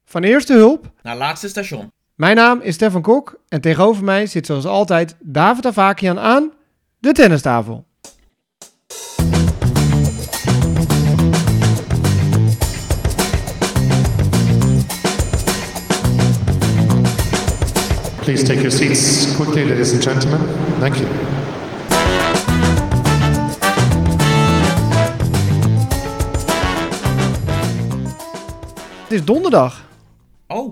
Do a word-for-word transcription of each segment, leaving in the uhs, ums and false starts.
Van eerste hulp naar laatste station. Mijn naam is Stefan Kok en tegenover mij zit zoals altijd David Avakian aan de tennistafel. Please take your seats quickly, ladies and gentlemen. Thank you. Het is donderdag. Oh.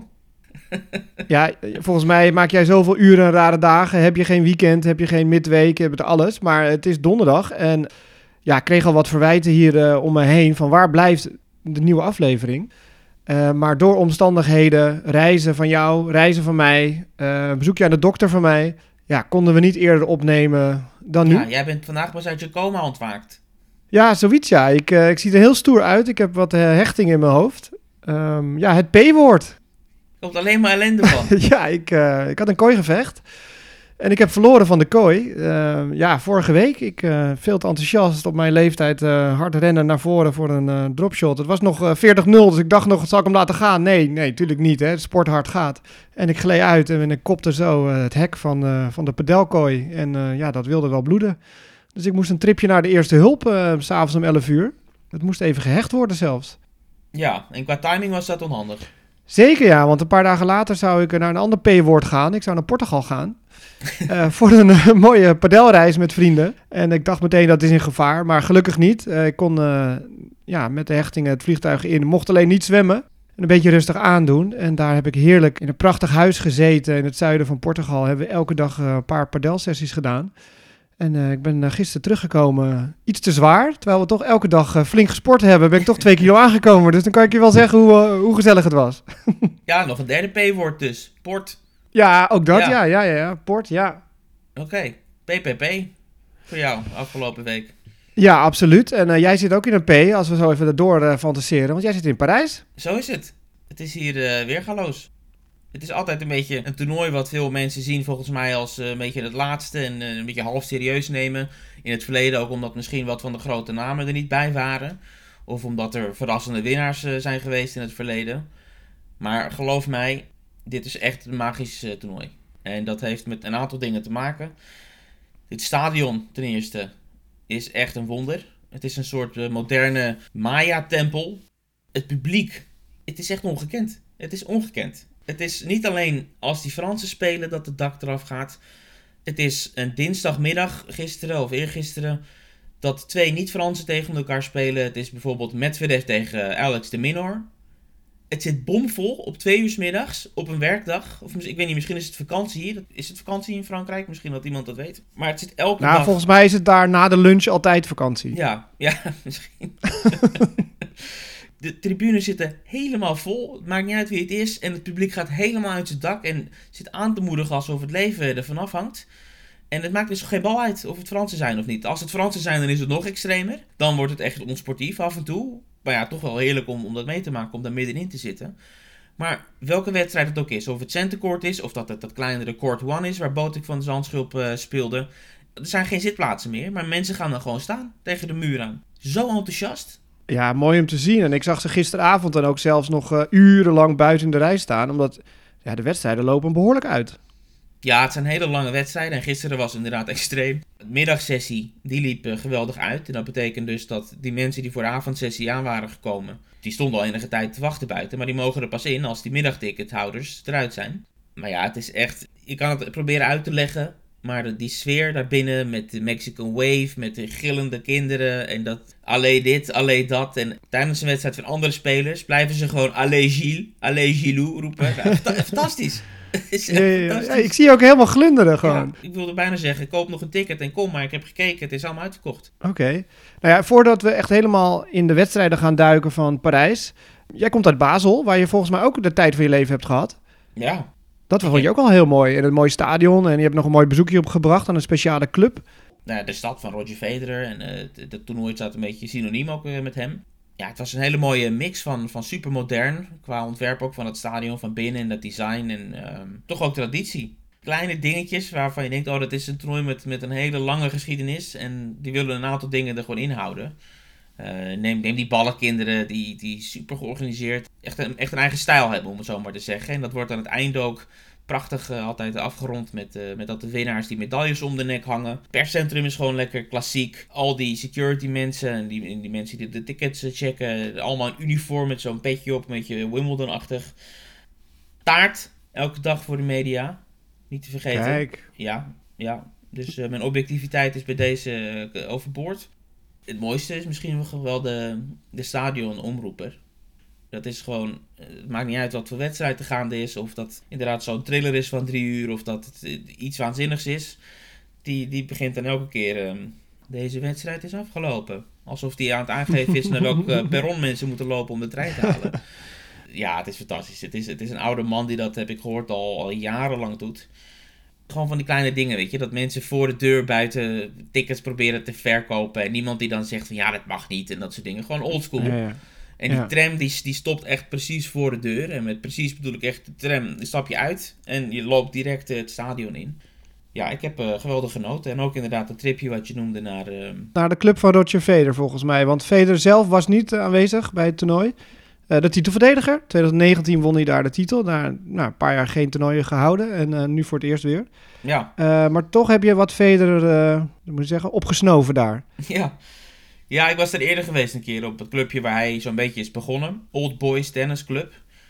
Ja, volgens mij maak jij zoveel uren en rare dagen. Heb je geen weekend, heb je geen midweek, heb je alles. Maar het is donderdag en ja, ik kreeg al wat verwijten hier uh, om me heen van waar blijft de nieuwe aflevering. Uh, maar door omstandigheden, reizen van jou, reizen van mij, uh, bezoekje aan de dokter van mij, ja, konden we niet eerder opnemen dan nu. Ja, jij bent vandaag pas uit je coma ontwaakt. Ja, zoiets ja. Ik, uh, ik zie er heel stoer uit. Ik heb wat uh, hechting in mijn hoofd. Um, ja, het P-woord. Er komt alleen maar ellende van. ja, ik, uh, ik had een kooigevecht. En ik heb verloren van de kooi. Uh, ja, vorige week. Ik uh, veel te enthousiast op mijn leeftijd uh, hard rennen naar voren voor een uh, dropshot. Het was nog uh, veertig nul, dus ik dacht nog, zal ik hem laten gaan? Nee, nee, natuurlijk niet. Hè. Het sport hard gaat. En ik gleed uit en ik kopte zo uh, het hek van, uh, van de pedelkooi. En uh, ja, dat wilde wel bloeden. Dus ik moest een tripje naar de eerste hulp, uh, 's avonds om elf uur. Het moest even gehecht worden zelfs. Ja, en qua timing was dat onhandig. Zeker ja, want een paar dagen later zou ik naar een ander P-woord gaan. Ik zou naar Portugal gaan. uh, voor een uh, mooie padelreis met vrienden. En ik dacht meteen dat is in gevaar, maar gelukkig niet. Uh, ik kon uh, ja, met de hechtingen het vliegtuig in. Mocht alleen niet zwemmen. En een beetje rustig aandoen. En daar heb ik heerlijk in een prachtig huis gezeten in het zuiden van Portugal. Hebben we elke dag uh, een paar padelsessies gedaan. En uh, ik ben uh, gisteren teruggekomen, iets te zwaar. Terwijl we toch elke dag uh, flink gesport hebben, ben ik toch twee kilo aangekomen. Dus dan kan ik je wel zeggen hoe, uh, hoe gezellig het was. Ja, nog een derde P-woord dus. Port. Ja, ook dat. Ja, Ja, ja, ja. ja. Port, ja. Oké, okay. P P P. Voor jou, afgelopen week. Ja, absoluut. En uh, jij zit ook in een P, als we zo even erdoor uh, fantaseren. Want jij zit in Parijs. Zo is het. Het is hier uh, weergaloos. Het is altijd een beetje een toernooi wat veel mensen zien volgens mij als uh, een beetje het laatste en uh, een beetje half serieus nemen. In het verleden ook omdat misschien wat van de grote namen er niet bij waren. Of omdat er verrassende winnaars uh, zijn geweest in het verleden. Maar geloof mij, dit is echt een magisch uh, toernooi. En dat heeft met een aantal dingen te maken. Dit stadion ten eerste is echt een wonder. Het is een soort uh, moderne Maya-tempel. Het publiek, het is echt ongekend. Het is ongekend. Het is niet alleen als die Fransen spelen dat het dak eraf gaat. Het is een dinsdagmiddag gisteren of eergisteren dat twee niet-Fransen tegen elkaar spelen. Het is bijvoorbeeld Medvedev tegen Alex de Minaur. Het zit bomvol op twee uur 's middags op een werkdag. Of ik weet niet, misschien is het vakantie hier. Is het vakantie in Frankrijk? Misschien dat iemand dat weet. Maar het zit elke nou, dag... volgens mij is het daar na de lunch altijd vakantie. Ja, ja, misschien. De tribunes zitten helemaal vol. Het maakt niet uit wie het is. En het publiek gaat helemaal uit zijn dak. En zit aan te moedigen alsof het leven er vanaf hangt. En het maakt dus geen bal uit of het Fransen zijn of niet. Als het Fransen zijn, dan is het nog extremer. Dan wordt het echt onsportief af en toe. Maar ja, toch wel heerlijk om, om dat mee te maken. Om daar middenin te zitten. Maar welke wedstrijd het ook is. Of het centercourt is. Of dat het dat kleinere court one is. Waar Botik van de Zandschulp uh, speelde. Er zijn geen zitplaatsen meer. Maar mensen gaan dan gewoon staan. Tegen de muur aan. Zo enthousiast. Ja, mooi om te zien. En ik zag ze gisteravond dan ook zelfs nog uh, urenlang buiten in de rij staan. Omdat ja, de wedstrijden lopen behoorlijk uit. Ja, het zijn hele lange wedstrijden. En gisteren was het inderdaad extreem. De middagsessie, die liep uh, geweldig uit. En dat betekent dus dat die mensen die voor de avondsessie aan waren gekomen... die stonden al enige tijd te wachten buiten. Maar die mogen er pas in als die middagtickethouders eruit zijn. Maar ja, het is echt... Je kan het proberen uit te leggen... Maar die sfeer daarbinnen met de Mexican Wave, met de gillende kinderen en dat allee dit, allee dat. En tijdens een wedstrijd van andere spelers blijven ze gewoon allee Gilles, allee Gilou roepen. Ja, fantastisch. Is ja, ja, ja. Ja, ik zie je ook helemaal glunderen gewoon. Ja, ik wilde bijna zeggen, koop nog een ticket en kom, maar ik heb gekeken, het is allemaal uitverkocht. Oké. Okay. Nou ja, voordat we echt helemaal in de wedstrijden gaan duiken van Parijs. Jij komt uit Basel, waar je volgens mij ook de tijd van je leven hebt gehad. Ja. Dat vond je ook al heel mooi. In een mooi stadion. En je hebt nog een mooi bezoekje opgebracht aan een speciale club. Nou, de stad van Roger Federer. En uh, het toernooi staat een beetje synoniem ook uh, met hem. Ja, het was een hele mooie mix van, van supermodern. Qua ontwerp ook van het stadion van binnen en dat design. En uh, toch ook traditie. Kleine dingetjes waarvan je denkt, oh, dat is een toernooi met, met een hele lange geschiedenis. En die willen een aantal dingen er gewoon inhouden. Uh, neem, neem die ballenkinderen die, die super georganiseerd echt een, echt een eigen stijl hebben, om het zo maar te zeggen. En dat wordt aan het einde ook prachtig uh, altijd afgerond met, uh, met dat de winnaars die medailles om de nek hangen. Het perscentrum is gewoon lekker klassiek. Al die security mensen en die, die mensen die de tickets uh, checken, allemaal in uniform met zo'n petje op, een beetje Wimbledon-achtig. Taart, elke dag voor de media. Niet te vergeten. Kijk. Ja, ja. Dus uh, mijn objectiviteit is bij deze uh, overboord. Het mooiste is misschien wel de, de stadionomroeper. Dat is gewoon, het maakt niet uit wat voor wedstrijd er gaande is. Of dat inderdaad zo'n thriller is van drie uur. Of dat het iets waanzinnigs is. Die, die begint dan elke keer, um, deze wedstrijd is afgelopen. Alsof die aan het aangeven is naar welk uh, perron mensen moeten lopen om de trein te halen. Ja, het is fantastisch. Het is, het is een oude man die dat, heb ik gehoord, al, al jarenlang doet. Gewoon van die kleine dingen, weet je. Dat mensen voor de deur buiten tickets proberen te verkopen. En niemand die dan zegt van ja, dat mag niet. En dat soort dingen. Gewoon oldschool. Ja, ja. En die ja. tram die, die stopt echt precies voor de deur. En met precies bedoel ik echt de tram. Dan stap je uit en je loopt direct uh, het stadion in. Ja, ik heb uh, geweldig genoten. En ook inderdaad het tripje wat je noemde naar... Uh... Naar de club van Roger Federer volgens mij. Want Federer zelf was niet uh, aanwezig bij het toernooi. Uh, de titelverdediger. twintig negentien won hij daar de titel. Na nou, een paar jaar geen toernooien gehouden. En uh, nu voor het eerst weer. Ja. Uh, maar toch heb je wat Federer, uh, moet je zeggen, opgesnoven daar. Ja. Ja, ik was er eerder geweest een keer op het clubje waar hij zo'n beetje is begonnen. Old Boys Tennis Club.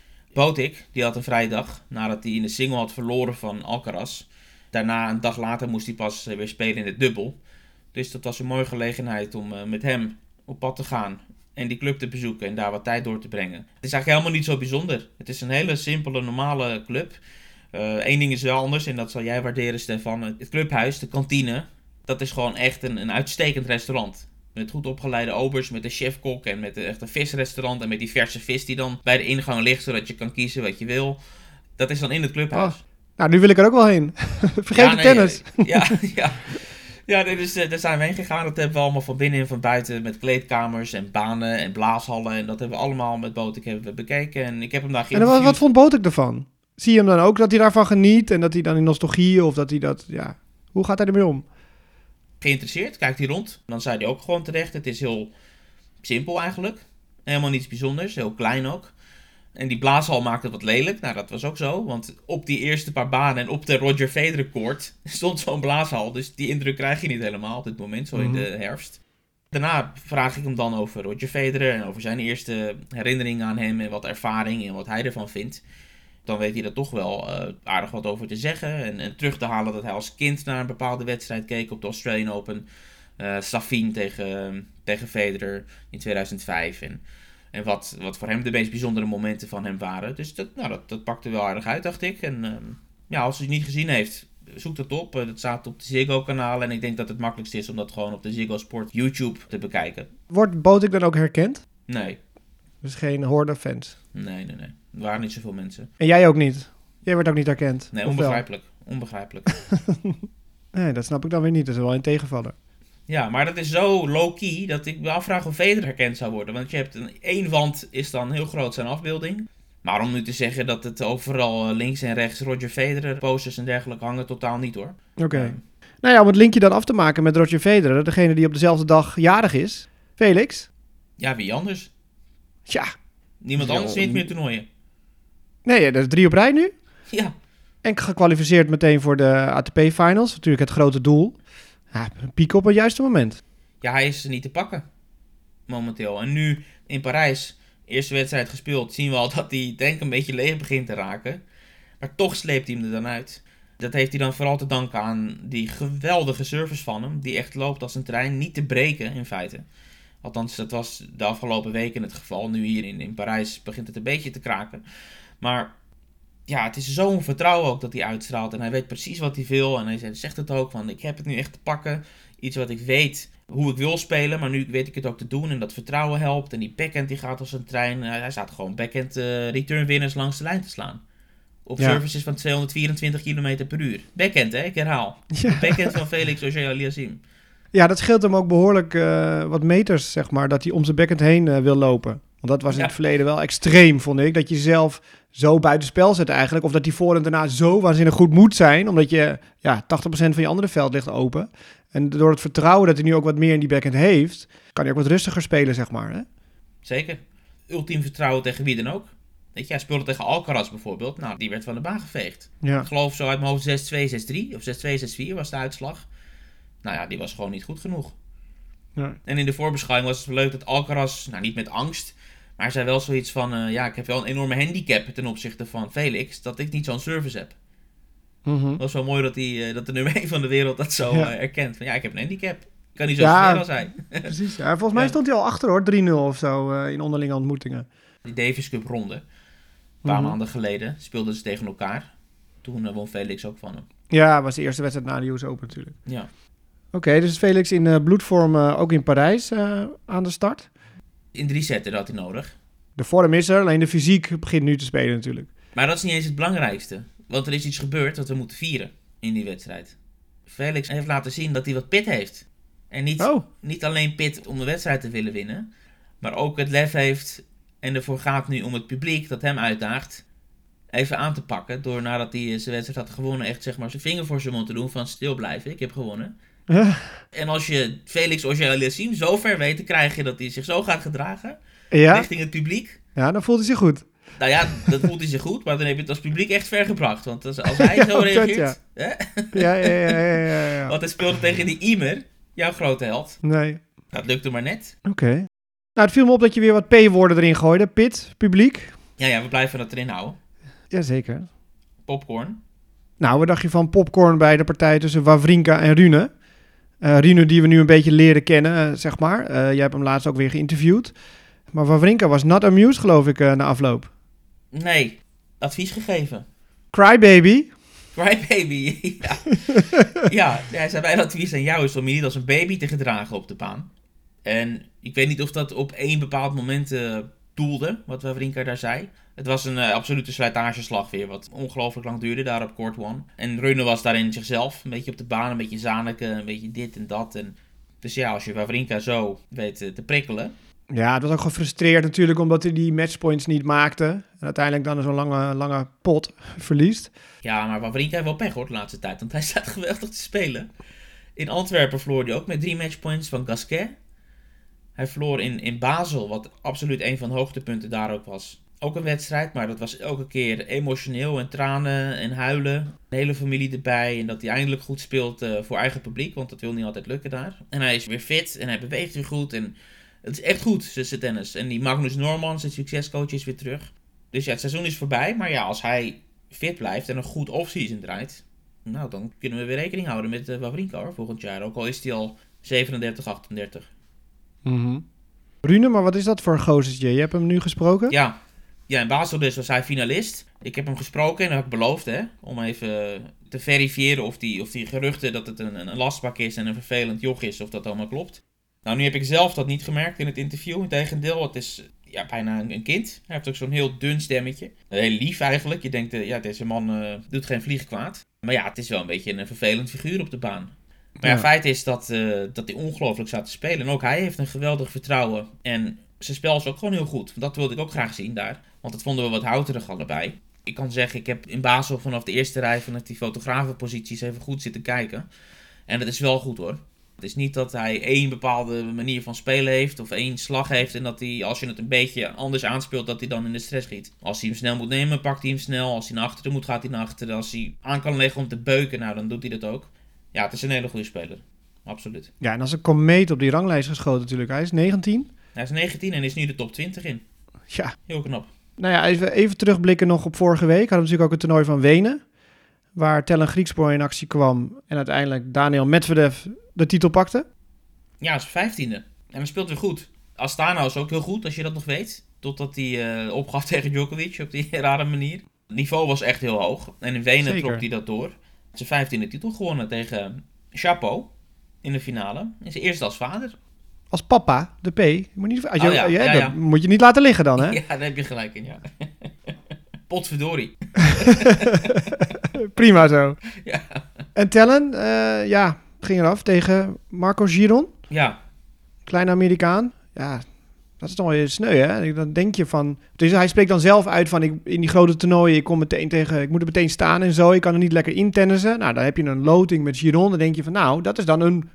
Botik, die had een vrije dag nadat hij in de single had verloren van Alcaraz. Daarna, een dag later, moest hij pas weer spelen in het dubbel. Dus dat was een mooie gelegenheid om uh, met hem op pad te gaan en die club te bezoeken en daar wat tijd door te brengen. Het is eigenlijk helemaal niet zo bijzonder. Het is een hele simpele, normale club. Eén uh, ding is wel anders en dat zal jij waarderen, Stefan. Het clubhuis, de kantine, dat is gewoon echt een, een uitstekend restaurant. Met goed opgeleide obers, met een chefkok en met een, echt een visrestaurant. En met die verse vis die dan bij de ingang ligt, zodat je kan kiezen wat je wil. Dat is dan in het clubhuis. Oh, nou, nu wil ik er ook wel heen. Vergeet ja, de nee, tennis. Ja, ja. Ja, dus uh, daar zijn we heen gegaan. Dat hebben we allemaal van binnen en van buiten. Met kleedkamers en banen en blaashallen. En dat hebben we allemaal met Botik hebben we bekeken. En ik heb hem daar En geïnterviewd. wat, wat vond Botik ervan? Zie je hem dan ook dat hij daarvan geniet? En dat hij dan in nostalgie of dat hij dat... Ja, hoe gaat hij ermee om? Geïnteresseerd, kijkt hij rond. Dan zei hij ook gewoon terecht. Het is heel simpel eigenlijk. Helemaal niets bijzonders. Heel klein ook. En die blaashal maakte het wat lelijk. Nou, dat was ook zo. Want op die eerste paar banen en op de Roger Federer court stond zo'n blaashal. Dus die indruk krijg je niet helemaal op dit moment, zo in de herfst. Daarna vraag ik hem dan over Roger Federer en over zijn eerste herinneringen aan hem en wat ervaring en wat hij ervan vindt. Dan weet hij er toch wel uh, aardig wat over te zeggen. En, en terug te halen dat hij als kind naar een bepaalde wedstrijd keek op de Australian Open. Uh, Safin tegen, uh, tegen Federer in tweeduizend vijf. En, en wat, wat voor hem de meest bijzondere momenten van hem waren. Dus dat, nou, dat, dat pakte wel aardig uit, dacht ik. En uh, ja, als hij het niet gezien heeft, zoek dat op. Uh, dat staat op de Ziggo-kanaal. En ik denk dat het makkelijkst is om dat gewoon op de Ziggo Sport YouTube te bekijken. Wordt Botik dan ook herkend? Nee. Dus geen horde fans? Nee, nee, nee. Er waren niet zoveel mensen. En jij ook niet? Jij wordt ook niet herkend? Nee, of onbegrijpelijk. Wel? Onbegrijpelijk. Nee, dat snap ik dan weer niet. Dat is wel een tegenvaller. Ja, maar dat is zo low-key dat ik me afvraag of Federer herkend zou worden. Want je hebt een één wand is dan heel groot zijn afbeelding. Maar om nu te zeggen dat het overal links en rechts Roger Federer posters en dergelijke hangen, totaal niet hoor. Oké. Okay. Um, nou ja, om het linkje dan af te maken met Roger Federer, degene die op dezelfde dag jarig is. Felix? Ja, wie anders? Tja. Niemand ja, anders wint meer toernooien. Nee, dat is drie op rij nu. Ja. En gekwalificeerd meteen voor de A T P-finals. Natuurlijk het grote doel. Ja, een piek op het juiste moment. Ja, hij is niet te pakken. Momenteel. En nu in Parijs, eerste wedstrijd gespeeld, zien we al dat hij denk een beetje leeg begint te raken. Maar toch sleept hij hem er dan uit. Dat heeft hij dan vooral te danken aan die geweldige service van hem. Die echt loopt als een trein. Niet te breken in feite. Althans, dat was de afgelopen weken het geval. Nu hier in, in Parijs begint het een beetje te kraken. Maar ja, het is zo'n vertrouwen ook dat hij uitstraalt. En hij weet precies wat hij wil. En hij zegt het ook van, ik heb het nu echt te pakken. Iets wat ik weet hoe ik wil spelen. Maar nu weet ik het ook te doen. En dat vertrouwen helpt. En die backhand die gaat als een trein. Hij staat gewoon backhand uh, return winners langs de lijn te slaan. Op ja. services van tweehonderdvierentwintig kilometer per uur. Backhand, hè? Ik herhaal. Ja. De backhand van Felix Auger-Aliassime. Ja, dat scheelt hem ook behoorlijk uh, wat meters, zeg maar, dat hij om zijn backhand heen uh, wil lopen. Want dat was in ja. het verleden wel extreem, vond ik. Dat je zelf zo buitenspel zet eigenlijk. Of dat die voor en daarna zo waanzinnig goed moet zijn. Omdat je, ja, tachtig procent van je andere veld ligt open. En door het vertrouwen dat hij nu ook wat meer in die backhand heeft, kan hij ook wat rustiger spelen, zeg maar. Hè? Zeker. Ultiem vertrouwen tegen wie dan ook. Weet je, hij speelde tegen Alcaraz bijvoorbeeld. Nou, die werd van de baan geveegd. Ja. Ik geloof zo uit mijn hoofd zes twee, zes drie of zes twee, zes vier was de uitslag. Nou ja, die was gewoon niet goed genoeg. Ja. En in de voorbeschouwing was het leuk dat Alcaraz, nou niet met angst, maar hij zei wel zoiets van, uh, ja, ik heb wel een enorme handicap ten opzichte van Felix, dat ik niet zo'n service heb. Mm-hmm. Dat was wel mooi dat, hij, uh, dat de nummer één van de wereld dat zo Ja. uh, erkent. Van ja, ik heb een handicap. Ik kan niet zo Ja, spelen als hij. Precies. Ja, volgens mij Ja. stond hij al achter hoor, drie nul of zo uh, in onderlinge ontmoetingen. Die Davis Cup ronde, een paar Mhm. maanden geleden, speelden ze tegen elkaar. Toen uh, won Felix ook van hem. Ja, was de eerste wedstrijd na de U S Open natuurlijk. Ja. Oké, okay, dus Felix in uh, bloedvorm uh, ook in Parijs uh, aan de start. In drie setten had hij nodig. De vorm is er, alleen de fysiek begint nu te spelen natuurlijk. Maar dat is niet eens het belangrijkste. Want er is iets gebeurd wat we moeten vieren in die wedstrijd. Felix heeft laten zien dat hij wat pit heeft. En niet, Oh. niet alleen pit om de wedstrijd te willen winnen, maar ook het lef heeft en ervoor gaat nu om het publiek dat hem uitdaagt even aan te pakken. Door nadat hij zijn wedstrijd had gewonnen echt zeg maar zijn vinger voor zijn mond te doen van stil blijven, ik heb gewonnen. Ja. En als je Felix Auger-Aliassime zo ver weet te krijgen dat hij zich zo gaat gedragen Ja? richting het publiek. Ja, dan voelt hij zich goed. Nou ja, dat voelt hij zich goed, maar dan heb je het als publiek echt ver gebracht. Want als, als hij Ja, zo dat, reageert... ja. Hè? Ja, ja, ja, ja, ja, ja. Want hij speelde tegen die Ymer, jouw grote held. Nee. Dat lukte maar net. Oké. Okay. Nou, het viel me op dat je weer wat P-woorden erin gooide. Pit, publiek. Ja, ja, we blijven dat erin houden. Jazeker. Popcorn. Nou, wat dacht je van popcorn bij de partij tussen Wawrinka en Rune? Uh, Rune die we nu een beetje leren kennen, uh, zeg maar. Uh, jij hebt hem laatst ook weer geïnterviewd. Maar Wawrinka was not amused, geloof ik, uh, na afloop. Nee, advies gegeven. Crybaby. Crybaby, ja. Ja, hij zei mijn advies aan jou is om je niet als een baby te gedragen op de baan. En ik weet niet of dat op één bepaald moment uh, doelde, wat Wawrinka daar zei. Het was een uh, absolute slijtageslag weer, wat ongelooflijk lang duurde daar op court one. En Rune was daarin zichzelf, een beetje op de baan, een beetje Zaneke, een beetje dit en dat. En dus ja, als je Wawrinka zo weet uh, te prikkelen. Ja, het was ook gefrustreerd natuurlijk, omdat hij die matchpoints niet maakte. En uiteindelijk dan zo'n lange, lange pot verliest. Ja, maar Wawrinka heeft wel pech hoor de laatste tijd, want hij staat geweldig te spelen. In Antwerpen verloor hij ook met drie matchpoints van Gasquet. Hij verloor in, in Basel, wat absoluut een van de hoogtepunten daar ook was. Ook een wedstrijd, maar dat was elke keer emotioneel en tranen en huilen. De hele familie erbij en dat hij eindelijk goed speelt uh, voor eigen publiek, want dat wil niet altijd lukken daar. En hij is weer fit en hij beweegt weer goed en het is echt goed, zijn tennis. En die Magnus Norman, zijn succescoach, is weer terug. Dus ja, het seizoen is voorbij, maar ja, als hij fit blijft en een goed offseason draait, nou, dan kunnen we weer rekening houden met uh, Wawrinka hoor, volgend jaar. Ook al is hij al zevenendertig, achtendertig. Mm-hmm. Rune, maar wat is dat voor een gozertje? Je hebt hem nu gesproken? Ja. Ja, in Basel dus was hij finalist. Ik heb hem gesproken en dat heb ik beloofd, hè, om even te verifiëren of die, of die geruchten dat het een, een lastbak is en een vervelend joch is, of dat allemaal klopt. Nou, nu heb ik zelf dat niet gemerkt in het interview. Integendeel, het is ja, bijna een, een kind. Hij heeft ook zo'n heel dun stemmetje. Heel lief eigenlijk. Je denkt, uh, ja, deze man uh, doet geen vlieg kwaad. Maar ja, het is wel een beetje een vervelend figuur op de baan. Maar ja, Ja. feit is dat, uh, dat hij ongelooflijk staat te spelen. En ook hij heeft een geweldig vertrouwen. En zijn spel is ook gewoon heel goed. Dat wilde ik ook graag zien daar. Want dat vonden we wat houterig allebei. Ik kan zeggen, ik heb in Basel vanaf de eerste rij vanaf die fotografenposities even goed zitten kijken. En dat is wel goed hoor. Het is niet dat hij één bepaalde manier van spelen heeft of één slag heeft en dat hij, als je het een beetje anders aanspeelt, dat hij dan in de stress schiet. Als hij hem snel moet nemen, pakt hij hem snel. Als hij naar achteren moet, gaat hij naar achteren. Als hij aan kan leggen om te beuken, nou dan doet hij dat ook. Ja, het is een hele goede speler. Absoluut. Ja, en als een komeet op die ranglijst geschoten natuurlijk. Hij is negentien. Hij is negentien en is nu de top twintig in. Ja. Heel knap. Nou ja, even, even terugblikken nog op vorige week. Hadden we natuurlijk ook het toernooi van Wenen. Waar Tellen Griekspoor in actie kwam. En uiteindelijk Daniel Medvedev de titel pakte. Ja, hij is vijftiende. En hij speelt weer goed. Astana is ook heel goed, als je dat nog weet. Totdat hij uh, opgaf tegen Djokovic op die rare manier. Het niveau was echt heel hoog. En in Wenen Zeker. trok hij dat door. Zijn vijftiende titel gewonnen tegen Chapo in de finale. En zijn eerste als vader. Als papa, de P. Je moet niet, als je, Oh ja, ja, ja, dat ja. moet je niet laten liggen dan, hè? Ja, daar heb je gelijk in, ja. Potverdorie. Prima zo. Ja. En Tellen, uh, ja, ging eraf tegen Marco Giron. Ja. Kleine Amerikaan. Ja, dat is toch wel sneu, hè? Dan denk je van... Dus hij spreekt dan zelf uit van... Ik, in die grote toernooien, ik kom meteen tegen... Ik moet er meteen staan en zo. Ik kan er niet lekker in tennissen. Nou, dan heb je een loting met Giron. Dan denk je van... Nou, dat is dan een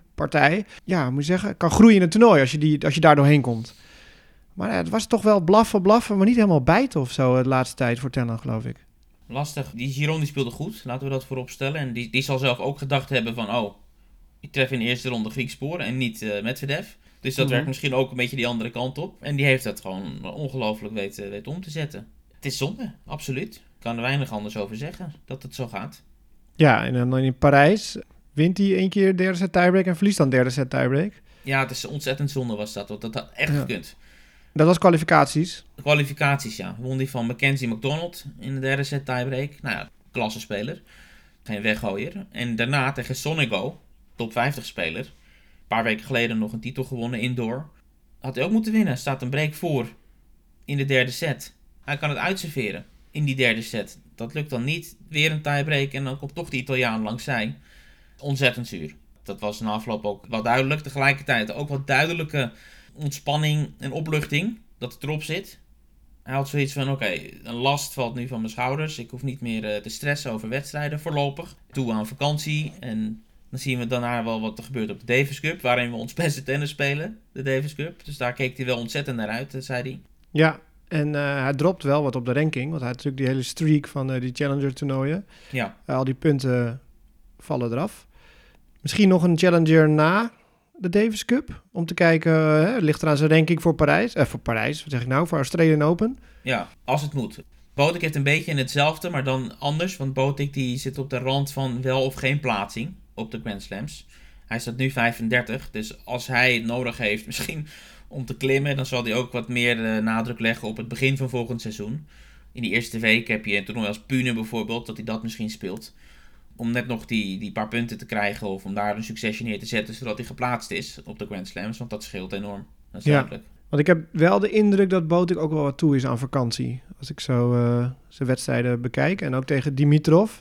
partij. Ja, moet je zeggen, kan groeien in het toernooi als je, die, als je daar doorheen komt. Maar ja, het was toch wel blaffen, blaffen, maar niet helemaal bijten of zo de laatste tijd voor Tellen, geloof ik. Lastig. Die Giron die speelde goed, laten we dat voorop stellen. En die, die zal zelf ook gedacht hebben van, oh, ik tref in de eerste ronde Griekspoor en niet uh, Medvedev. Dus dat mm-hmm. werkt misschien ook een beetje die andere kant op. En die heeft dat gewoon ongelooflijk weten, weten om te zetten. Het is zonde, absoluut. Ik kan er weinig anders over zeggen, dat het zo gaat. Ja, en dan in Parijs wint hij één keer derde set tiebreak en verliest dan derde set tiebreak. Ja, het is ontzettend zonde was dat, want dat had echt ja. gekund. Dat was kwalificaties? Kwalificaties, ja. Won die van Mackenzie McDonald in de derde set tiebreak. Nou ja, klasse speler. Geen weggooier. En daarna tegen Sonego, top vijftig speler. Een paar weken geleden nog een titel gewonnen, indoor. Had hij ook moeten winnen. Staat een break voor in de derde set. Hij kan het uitserveren in die derde set. Dat lukt dan niet. Weer een tiebreak en dan komt toch de Italiaan langs zij. Ontzettend zuur. Dat was na afloop ook wel duidelijk. Tegelijkertijd ook wat duidelijke ontspanning en opluchting dat het erop zit. Hij had zoiets van, oké, okay, een last valt nu van mijn schouders. Ik hoef niet meer uh, te stressen over wedstrijden voorlopig. Toe aan vakantie. En dan zien we daarna wel wat er gebeurt op de Davis Cup, waarin we ons beste tennis spelen, de Davis Cup. Dus daar keek hij wel ontzettend naar uit, zei hij. Ja, en uh, hij dropt wel wat op de ranking, want hij had natuurlijk die hele streak van uh, die Challenger toernooien. Ja. Uh, al die punten vallen eraf. Misschien nog een Challenger na de Davis Cup, om te kijken, uh, ligt er aan zijn ranking voor Parijs. Eh, voor Parijs, wat zeg ik nou, voor Australian Open. Ja, als het moet. Botic heeft een beetje in hetzelfde, maar dan anders. Want Botic die zit op de rand van wel of geen plaatsing op de Grand Slams. Hij staat nu vijfendertig, dus als hij het nodig heeft misschien om te klimmen, dan zal hij ook wat meer uh, nadruk leggen op het begin van volgend seizoen. In die eerste week heb je een toernooi als Pune bijvoorbeeld, dat hij dat misschien speelt. Om net nog die, die paar punten te krijgen of om daar een succesje neer te zetten, zodat hij geplaatst is op de Grand Slams, want dat scheelt enorm. Dat is ja. duidelijk. Want ik heb wel de indruk dat Botic ook wel wat toe is aan vakantie. Als ik zo uh, zijn wedstrijden bekijk. En ook tegen Dimitrov.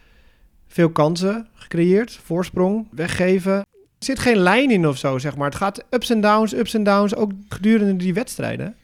Veel kansen gecreëerd. Voorsprong, weggeven. Er zit geen lijn in of zo, zeg maar. Het gaat ups en downs, ups en downs. Ook gedurende die wedstrijden.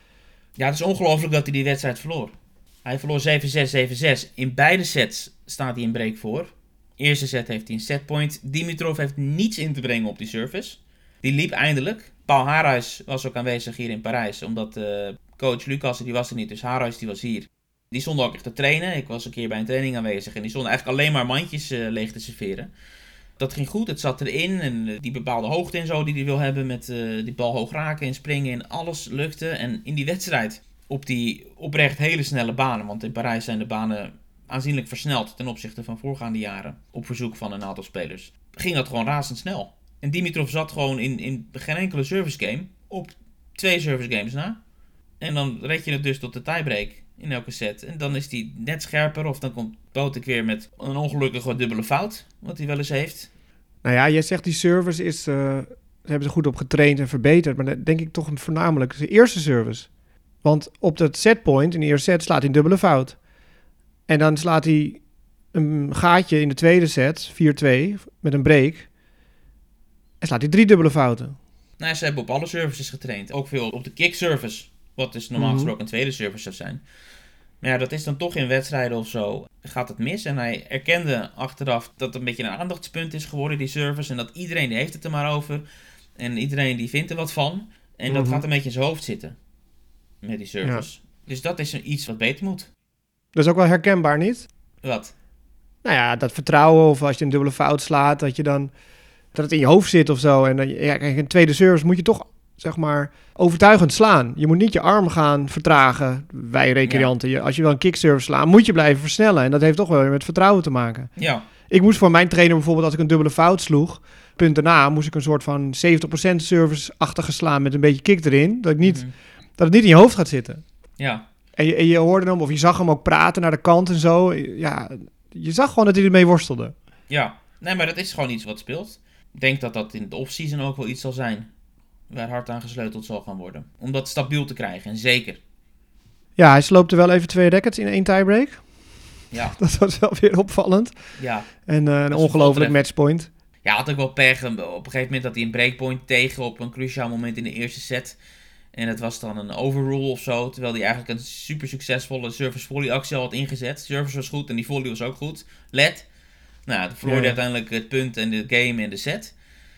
Ja, het is ongelooflijk dat hij die wedstrijd verloor. Hij verloor zeven zes, zeven zes. In beide sets staat hij een break voor. Eerste set heeft hij een setpoint. Dimitrov heeft niets in te brengen op die service. Die liep eindelijk. Paul Haarhuis was ook aanwezig hier in Parijs, omdat uh, coach Lucas, die was er niet, dus Haarhuis die was hier. Die stonden ook echt te trainen. Ik was een keer bij een training aanwezig en die stonden eigenlijk alleen maar mandjes uh, leeg te serveren. Dat ging goed, het zat erin en uh, die bepaalde hoogte en zo die hij wil hebben met uh, die bal hoog raken en springen en alles lukte. En in die wedstrijd, op die oprecht hele snelle banen, want in Parijs zijn de banen aanzienlijk versneld ten opzichte van voorgaande jaren, op verzoek van een aantal spelers, ging dat gewoon razendsnel. En Dimitrov zat gewoon in, in geen enkele service game op twee service games na. En dan red je het dus tot de tiebreak in elke set. En dan is hij net scherper of dan komt Botic weer met een ongelukkige dubbele fout, wat hij wel eens heeft. Nou ja, jij zegt die service is, uh, daar hebben ze goed op getraind en verbeterd. Maar dat denk ik toch voornamelijk de eerste service. Want op dat setpoint in de eerste set slaat hij een dubbele fout. En dan slaat hij een gaatje in de tweede set, vier twee, met een break. En slaat hij drie dubbele fouten. Nou, ze hebben op alle services getraind. Ook veel op de kick service. Wat dus normaal gesproken een tweede service zou zijn. Maar ja, dat is dan toch in wedstrijden of zo. Gaat het mis. En hij erkende achteraf dat het een beetje een aandachtspunt is geworden, die service. En dat iedereen die heeft het er maar over. En iedereen die vindt er wat van. En mm-hmm. dat gaat een beetje in zijn hoofd zitten. Met die service. Ja. Dus dat is iets wat beter moet. Dat is ook wel herkenbaar, niet? Wat? Nou ja, dat vertrouwen of als je een dubbele fout slaat, dat je dan dat het in je hoofd zit of zo. En dan, ja, kijk, een tweede service moet je toch, zeg maar, overtuigend slaan. Je moet niet je arm gaan vertragen, wij recreanten. Ja. Als je wel een kickservice slaat, moet je blijven versnellen. En dat heeft toch wel met vertrouwen te maken. Ja. Ik moest voor mijn trainer bijvoorbeeld, als ik een dubbele fout sloeg, punt daarna, moest ik een soort van zeventig procent service-achtige slaan met een beetje kick erin. Dat, ik niet, mm-hmm. dat het niet in je hoofd gaat zitten. Ja. En je, en je hoorde hem, of je zag hem ook praten naar de kant en zo. Ja, je zag gewoon dat hij ermee worstelde. Ja, nee, maar dat is gewoon iets wat speelt. Ik denk dat dat in de off-season ook wel iets zal zijn waar hard aan gesleuteld zal gaan worden. Om dat stabiel te krijgen, en zeker. Ja, hij sloopte wel even twee rackets in één tiebreak. Ja. Dat was wel weer opvallend. Ja. En uh, een ongelofelijk matchpoint. Ja, had ook wel pech. Op een gegeven moment had hij een breakpoint tegen op een cruciaal moment in de eerste set. En het was dan een overrule of zo. Terwijl hij eigenlijk een super succesvolle service volley actie al had ingezet. Service was goed en die volley was ook goed. Let. Nou, toen verloor hij ja, ja. uiteindelijk het punt en de game en de set.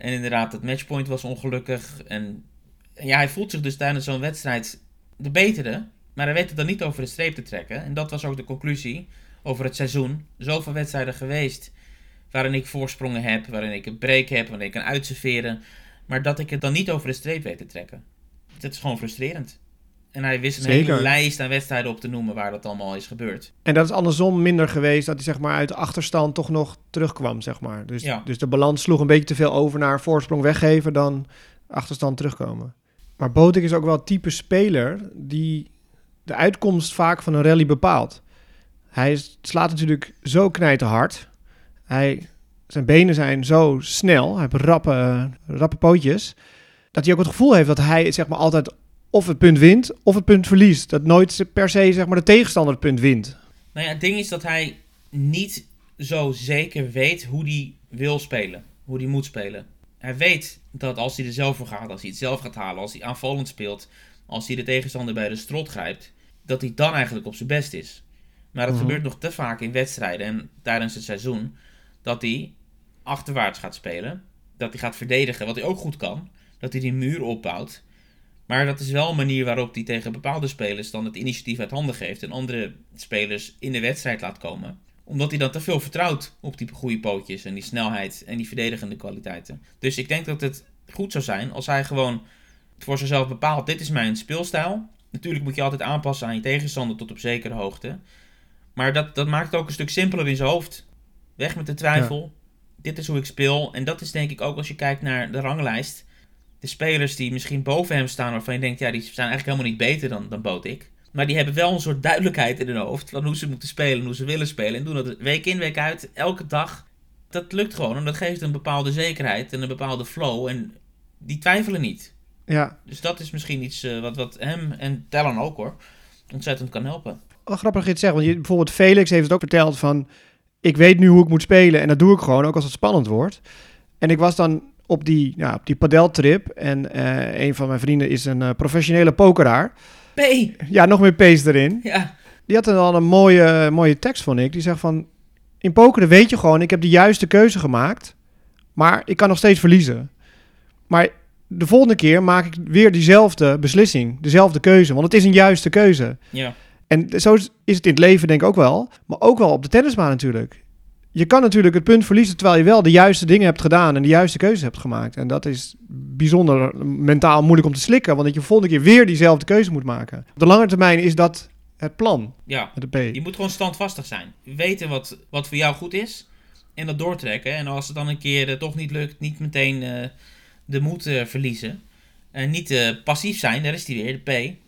En inderdaad, het matchpoint was ongelukkig. En, en ja, hij voelt zich dus tijdens zo'n wedstrijd de betere. Maar hij weet het dan niet over de streep te trekken. En dat was ook de conclusie over het seizoen. Zoveel wedstrijden geweest waarin ik voorsprongen heb, waarin ik een break heb, waarin ik kan uitserveren. Maar dat ik het dan niet over de streep weet te trekken. Dat is gewoon frustrerend. En hij wist een Zeker. hele lijst aan wedstrijden op te noemen waar dat allemaal is gebeurd. En dat is andersom minder geweest, dat hij zeg maar uit de achterstand toch nog terugkwam, zeg maar. Dus, Ja. dus de balans sloeg een beetje te veel over naar voorsprong weggeven dan achterstand terugkomen. Maar Botic is ook wel het type speler die de uitkomst vaak van een rally bepaalt. Hij is- slaat natuurlijk zo knijterhard. Hij, zijn benen zijn zo snel, hij heeft rappe, rappe pootjes, dat hij ook het gevoel heeft dat hij zeg maar altijd of het punt wint of het punt verliest. Dat nooit per se zeg maar de tegenstander het punt wint. Nou ja, het ding is dat hij niet zo zeker weet hoe hij wil spelen. Hoe hij moet spelen. Hij weet dat als hij er zelf voor gaat, als hij het zelf gaat halen, als hij aanvallend speelt, als hij de tegenstander bij de strot grijpt, dat hij dan eigenlijk op zijn best is. Maar dat Mhm. gebeurt nog te vaak in wedstrijden en tijdens het seizoen, dat hij achterwaarts gaat spelen, dat hij gaat verdedigen, wat hij ook goed kan, dat hij die muur opbouwt. Maar dat is wel een manier waarop hij tegen bepaalde spelers dan het initiatief uit handen geeft en andere spelers in de wedstrijd laat komen. Omdat hij dan te veel vertrouwt op die goede pootjes en die snelheid en die verdedigende kwaliteiten. Dus ik denk dat het goed zou zijn als hij gewoon voor zichzelf bepaalt, dit is mijn speelstijl. Natuurlijk moet je altijd aanpassen aan je tegenstander tot op zekere hoogte. Maar dat, dat maakt het ook een stuk simpeler in zijn hoofd. Weg met de twijfel. Dit is hoe ik speel. En dat is denk ik ook als je kijkt naar de ranglijst. De spelers die misschien boven hem staan, waarvan je denkt, ja, die zijn eigenlijk helemaal niet beter dan, dan Botic. Maar die hebben wel een soort duidelijkheid in hun hoofd van hoe ze moeten spelen, hoe ze willen spelen. En doen dat week in, week uit, elke dag. Dat lukt gewoon en dat geeft een bepaalde zekerheid en een bepaalde flow. En die twijfelen niet. Ja, Dus dat is misschien iets uh, wat, wat hem en Talon ook hoor, ontzettend kan helpen. wel grappig dat je het zegt. Want je, bijvoorbeeld Felix heeft het ook verteld van, ik weet nu hoe ik moet spelen en dat doe ik gewoon, ook als het spannend wordt. En ik was dan op die, ja, op die padeltrip en uh, een van mijn vrienden is een uh, professionele pokeraar. P! Ja, nog meer P's erin. Ja. Die had dan al een mooie, mooie tekst, vond ik. Die zegt van, in pokeren weet je gewoon, ik heb de juiste keuze gemaakt, maar ik kan nog steeds verliezen. Maar de volgende keer maak ik weer diezelfde beslissing, dezelfde keuze, want het is een juiste keuze. Ja. En zo is het in het leven denk ik ook wel, maar ook wel op de tennisbaan natuurlijk. Je kan natuurlijk het punt verliezen terwijl je wel de juiste dingen hebt gedaan en de juiste keuze hebt gemaakt. En dat is bijzonder mentaal moeilijk om te slikken, want dat je de volgende keer weer diezelfde keuze moet maken. Op de lange termijn is dat het plan Ja. met de P. Je moet gewoon standvastig zijn. Weten wat, wat voor jou goed is en dat doortrekken. En als het dan een keer uh, toch niet lukt, niet meteen uh, de moed uh, verliezen. En niet uh, passief zijn, daar is die weer, de P.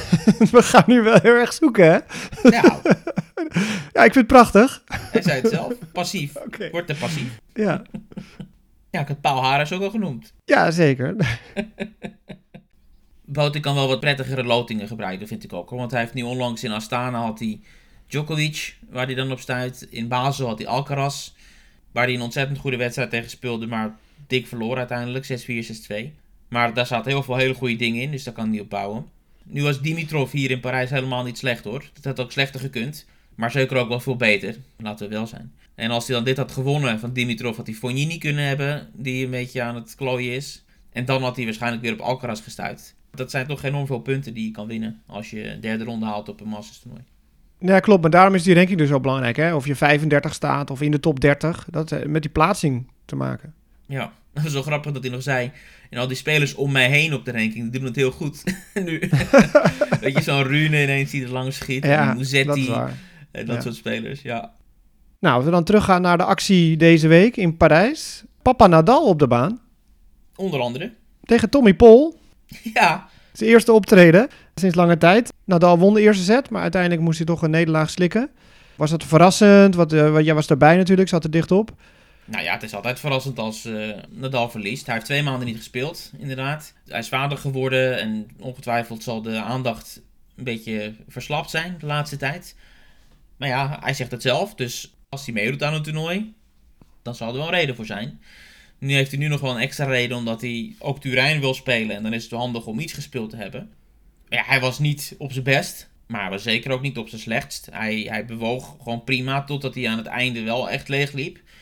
We gaan nu wel heel erg zoeken, hè? Nou, Ja, ik vind het prachtig. hij zei het zelf. Passief. Oké. Wordt te passief. Ja, Ja, ik had Paul Harris ook al genoemd. ja zeker. Botic kan wel wat prettigere lotingen gebruiken, vind ik ook. Hoor. Want hij heeft nu onlangs in Astana had hij Djokovic, waar hij dan op stuit. In Basel had hij Alcaraz, waar hij een ontzettend goede wedstrijd tegen speelde, maar dik verloor uiteindelijk, zes vier, zes twee. Maar daar zaten heel veel hele goede dingen in, dus daar kan hij op bouwen. Nu was Dimitrov hier in Parijs helemaal niet slecht hoor. Dat had ook slechter gekund. Maar zeker ook wel veel beter. Laten we wel zijn. En als hij dan dit had gewonnen van Dimitrov, had hij Fognini kunnen hebben. Die een beetje aan het klooien is. En dan had hij waarschijnlijk weer op Alcaraz gestuit. Dat zijn toch enorm veel punten die je kan winnen. Als je een derde ronde haalt op een Masters toernooi. Ja, klopt. Maar daarom is die ranking dus zo belangrijk, hè? Of je vijfendertig staat of in de top dertig. Dat heeft met die plaatsing te maken. Ja, dat is wel grappig dat hij nog zei. En al die spelers om mij heen op de ranking, die doen het heel goed. Nu, weet je, zo'n Rune ineens die er langs schiet. Ja, en Musetti, dat is waar. en dat Ja. soort spelers, ja. Nou, als we dan teruggaan naar de actie deze week in Parijs. Papa Nadal op de baan. Onder andere. Tegen Tommy Paul. Ja, Zijn eerste optreden sinds lange tijd. Nadal won de eerste set, maar uiteindelijk moest hij toch een nederlaag slikken. Was dat verrassend? Wat, uh, wat, jij was erbij natuurlijk, zat er dichtop. nou ja, het is altijd verrassend als uh, Nadal verliest. Hij heeft twee maanden niet gespeeld, inderdaad. Hij is vader geworden en ongetwijfeld zal de aandacht een beetje verslapt zijn de laatste tijd. Maar ja, hij zegt het zelf, dus als hij meedoet aan een toernooi, dan zal er wel een reden voor zijn. Nu heeft hij nu nog wel een extra reden omdat hij ook Turijn wil spelen en dan is het wel handig om iets gespeeld te hebben. Ja, hij was niet op zijn best, maar hij was zeker ook niet op zijn slechtst. Hij, hij bewoog gewoon prima totdat hij aan het einde wel echt leeg liep.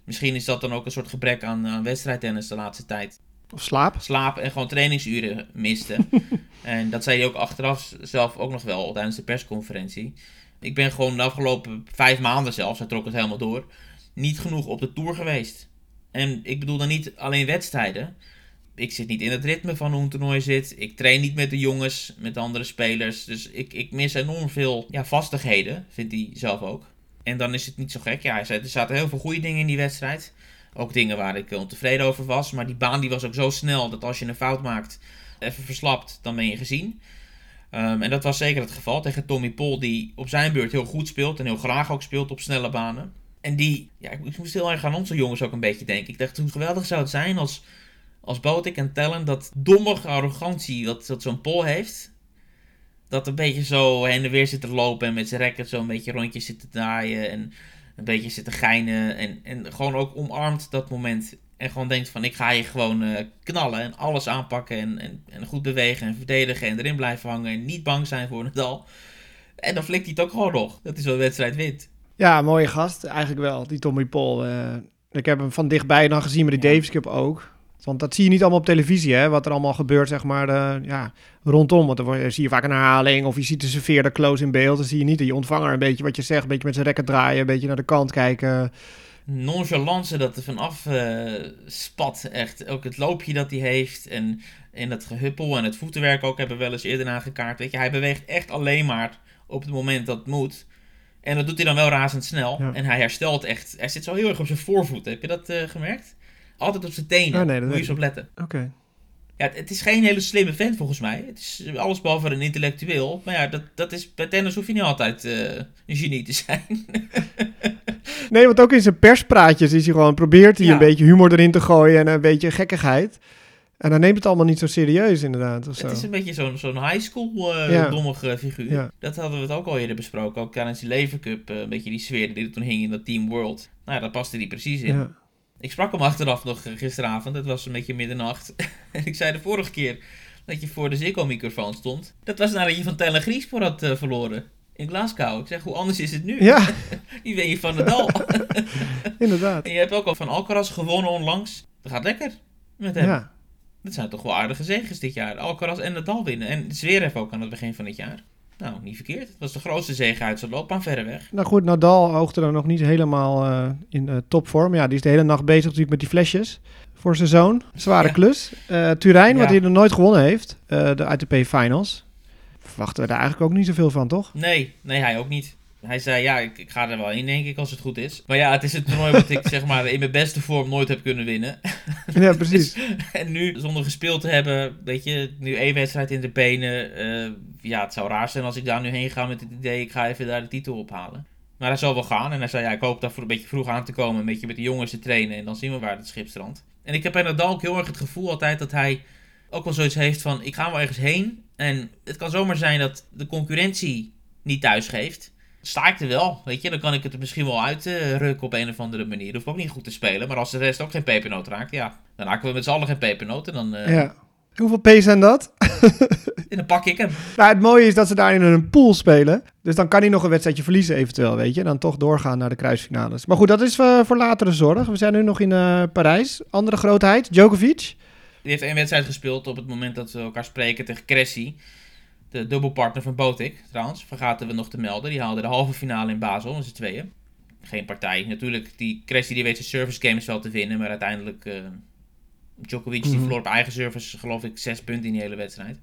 Misschien is dat dan ook een soort gebrek aan, aan wedstrijdtennis de laatste tijd. Of slaap. Slaap en gewoon trainingsuren miste. En dat zei hij ook achteraf zelf ook nog wel tijdens de persconferentie. Ik ben gewoon de afgelopen vijf maanden zelfs, hij trok het helemaal door, niet genoeg op de Tour geweest. En ik bedoel dan niet alleen wedstrijden. Ik zit niet in het ritme van hoe een toernooi zit. Ik train niet met de jongens, met de andere spelers. Dus ik, ik mis enorm veel ja, vastigheden, vindt hij zelf ook. En dan is het niet zo gek. Ja, hij zei, er zaten heel veel goede dingen in die wedstrijd. Ook dingen waar ik ontevreden over was. Maar die baan die was ook zo snel dat als je een fout maakt, even verslapt, dan ben je gezien. Um, en dat was zeker het geval tegen Tommy Paul, die op zijn beurt heel goed speelt en heel graag ook speelt op snelle banen. En die, ja, ik, ik moest heel erg aan onze jongens ook een beetje denken. Ik dacht, hoe geweldig zou het zijn als, als Botic en Tellen dat dommige arrogantie dat, dat zo'n Paul heeft, dat een beetje zo heen en weer zit te lopen en met zijn racket zo een beetje rondjes zit te draaien en een beetje zit te geinen en, en gewoon ook omarmt dat moment. En gewoon denkt van, ik ga je gewoon uh, knallen en alles aanpakken en, en, en goed bewegen en verdedigen en erin blijven hangen en niet bang zijn voor Nadal. En dan flikt hij het ook gewoon nog, dat hij zo'n wedstrijd wint. Ja, mooie gast, eigenlijk wel, die Tommy Paul. Uh, ik heb hem van dichtbij dan gezien met de Ja. Davis Cup ook. Want dat zie je niet allemaal op televisie, hè, wat er allemaal gebeurt, zeg maar, uh, ja, rondom. Want dan word je- zie je vaak een herhaling of je ziet de serveerder close in beeld. Dan zie je niet die ontvanger een beetje wat je zegt, een beetje met zijn rekken draaien, een beetje naar de kant kijken. Nonchalance dat er vanaf uh, spat, echt. Ook het loopje dat hij heeft en, en dat gehuppel en het voetenwerk ook hebben we wel eens eerder aangekaart. Weet je, hij beweegt echt alleen maar op het moment dat het moet. En dat doet hij dan wel razendsnel. Ja. En hij herstelt echt. Hij zit zo heel erg op zijn voorvoet. Heb je dat uh, gemerkt? Altijd op zijn tenen. Oh, nee, dat Moet je weet eens op letten. Oké. Okay. Ja, het, het is geen hele slimme vent volgens mij. Het is alles behalve een intellectueel. Maar ja, dat, dat is, bij tennis hoef je niet altijd uh, een genie te zijn. Nee, want ook in zijn perspraatjes is hij gewoon, probeert hij Ja. een beetje humor erin te gooien en een beetje gekkigheid. En dan neemt het allemaal niet zo serieus inderdaad. Of zo. Het is een beetje zo'n, zo'n high school uh, Ja. dommige figuur. Ja. Dat hadden we het ook al eerder besproken. Ook tijdens die Lever Cup. Uh, een beetje die sfeer die er toen hing in dat Team World. Nou ja, daar paste hij precies in. Ja. Ik sprak hem achteraf nog uh, gisteravond. Het was een beetje middernacht. En ik zei de vorige keer dat je voor de Ziggo-microfoon stond. Dat was nadat je van Tellen Griekspoor had uh, verloren. In Glasgow. Ik zeg, hoe anders is het nu? Ja, Die ben je van Nadal. inderdaad. En je hebt ook al van Alcaraz gewonnen onlangs. Dat gaat lekker met hem. Ja. Dat zijn toch wel aardige zegens dit jaar. Alcaraz en Nadal winnen. En Zverev ook aan het begin van het jaar. Nou, niet verkeerd. Het was de grootste zege uit zijn loopbaan verreweg. Nou goed, Nadal oogde dan nog niet helemaal uh, in uh, topvorm. Ja, die is de hele nacht bezig natuurlijk met die flesjes voor zijn zoon. Zware Ja. klus. Uh, Turijn, Ja. wat hij nog nooit gewonnen heeft, uh, de A T P Finals. Verwachten we daar eigenlijk ook niet zoveel van, toch? Nee, nee, hij ook niet. Hij zei, ja, ik, ik ga er wel in, denk ik, als het goed is. Maar ja, het is het toernooi wat ik, zeg maar, in mijn beste vorm nooit heb kunnen winnen. Ja, precies. Dus, en nu, zonder gespeeld te hebben, weet je, nu één wedstrijd in de benen. Uh, ja, het zou raar zijn als ik daar nu heen ga met het idee, ik ga even daar de titel ophalen. Maar hij zal wel gaan. En hij zei, ja, ik hoop daarvoor een beetje vroeg aan te komen, een beetje met de jongens te trainen. En dan zien we waar het schip strandt. En ik heb bij Nadal ook heel erg het gevoel altijd dat hij ook wel zoiets heeft van, ik ga wel ergens heen. En het kan zomaar zijn dat de concurrentie niet thuis geeft. Sta ik er wel, weet je, dan kan ik het er misschien wel uitrukken uh, op een of andere manier. Hoef ik ook niet goed te spelen, maar als de rest ook geen pepernoot raakt, ja, dan raken we met z'n allen geen pepernoot en dan, uh, Ja. Hoeveel P's zijn dat? en dan pak ik hem. Nou, het mooie is dat ze daar in een pool spelen. Dus dan kan hij nog een wedstrijdje verliezen eventueel, weet je. En dan toch doorgaan naar de kruisfinales. Maar goed, dat is uh, voor latere zorg. We zijn nu nog in uh, Parijs. Andere grootheid, Djokovic. Die heeft één wedstrijd gespeeld op het moment dat we elkaar spreken tegen Cressy. De dubbelpartner van Botic, trouwens, vergaten we nog te melden. Die haalde de halve finale in Basel met z'n tweeën. Geen partij. Natuurlijk, die Cressy die weet zijn service games wel te winnen. Maar uiteindelijk, uh, Djokovic die Mhm. verloor op eigen service, geloof ik, zes punten in die hele wedstrijd.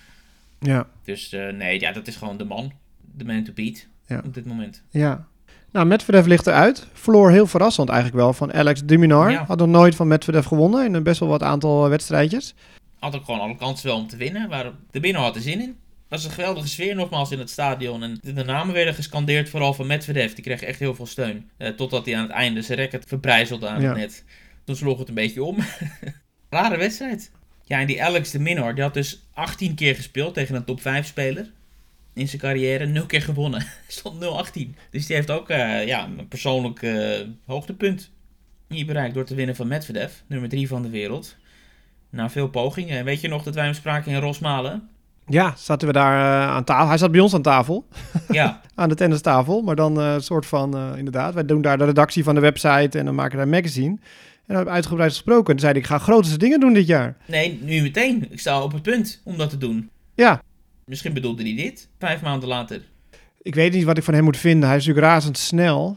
Ja, Dus uh, nee, ja, dat is gewoon de man. De man to beat Ja. op dit moment. ja. Nou, Medvedev ligt eruit. Verloor heel verrassend eigenlijk wel van Alex de Minaur. Ja. Had nog nooit van Medvedev gewonnen in een best wel wat aantal wedstrijdjes. Had ook gewoon alle kansen wel om te winnen. Maar de binnen had er zin in. Het was een geweldige sfeer nogmaals in het stadion. En de namen werden gescandeerd, vooral van Medvedev. Die kreeg echt heel veel steun. Uh, totdat hij aan het einde zijn racket verbrijzelde aan Ja. het net. Toen sloeg het een beetje om. Rare wedstrijd. Ja, en die Alex de Minaur, die had dus achttien keer gespeeld tegen een top vijf speler. In zijn carrière, nul keer gewonnen. Stond nul achttien. Dus die heeft ook uh, ja, een persoonlijk uh, hoogtepunt hier bereikt door te winnen van Medvedev. Nummer drie van de wereld. Na veel pogingen. En weet je nog dat wij hem spraken in Rosmalen? Ja, zaten we daar uh, aan tafel. Hij zat bij ons aan tafel. Ja. Aan de tennistafel. Maar dan een uh, soort van, uh, inderdaad, wij doen daar de redactie van de website en dan maken we daar een magazine. En dan hebben we uitgebreid gesproken. En toen zei ik, ik ga grootste dingen doen dit jaar. Nee, nu meteen. Ik sta op het punt om dat te doen. Ja. Misschien bedoelde hij dit, vijf maanden later. Ik weet niet wat ik van hem moet vinden. Hij is natuurlijk razendsnel.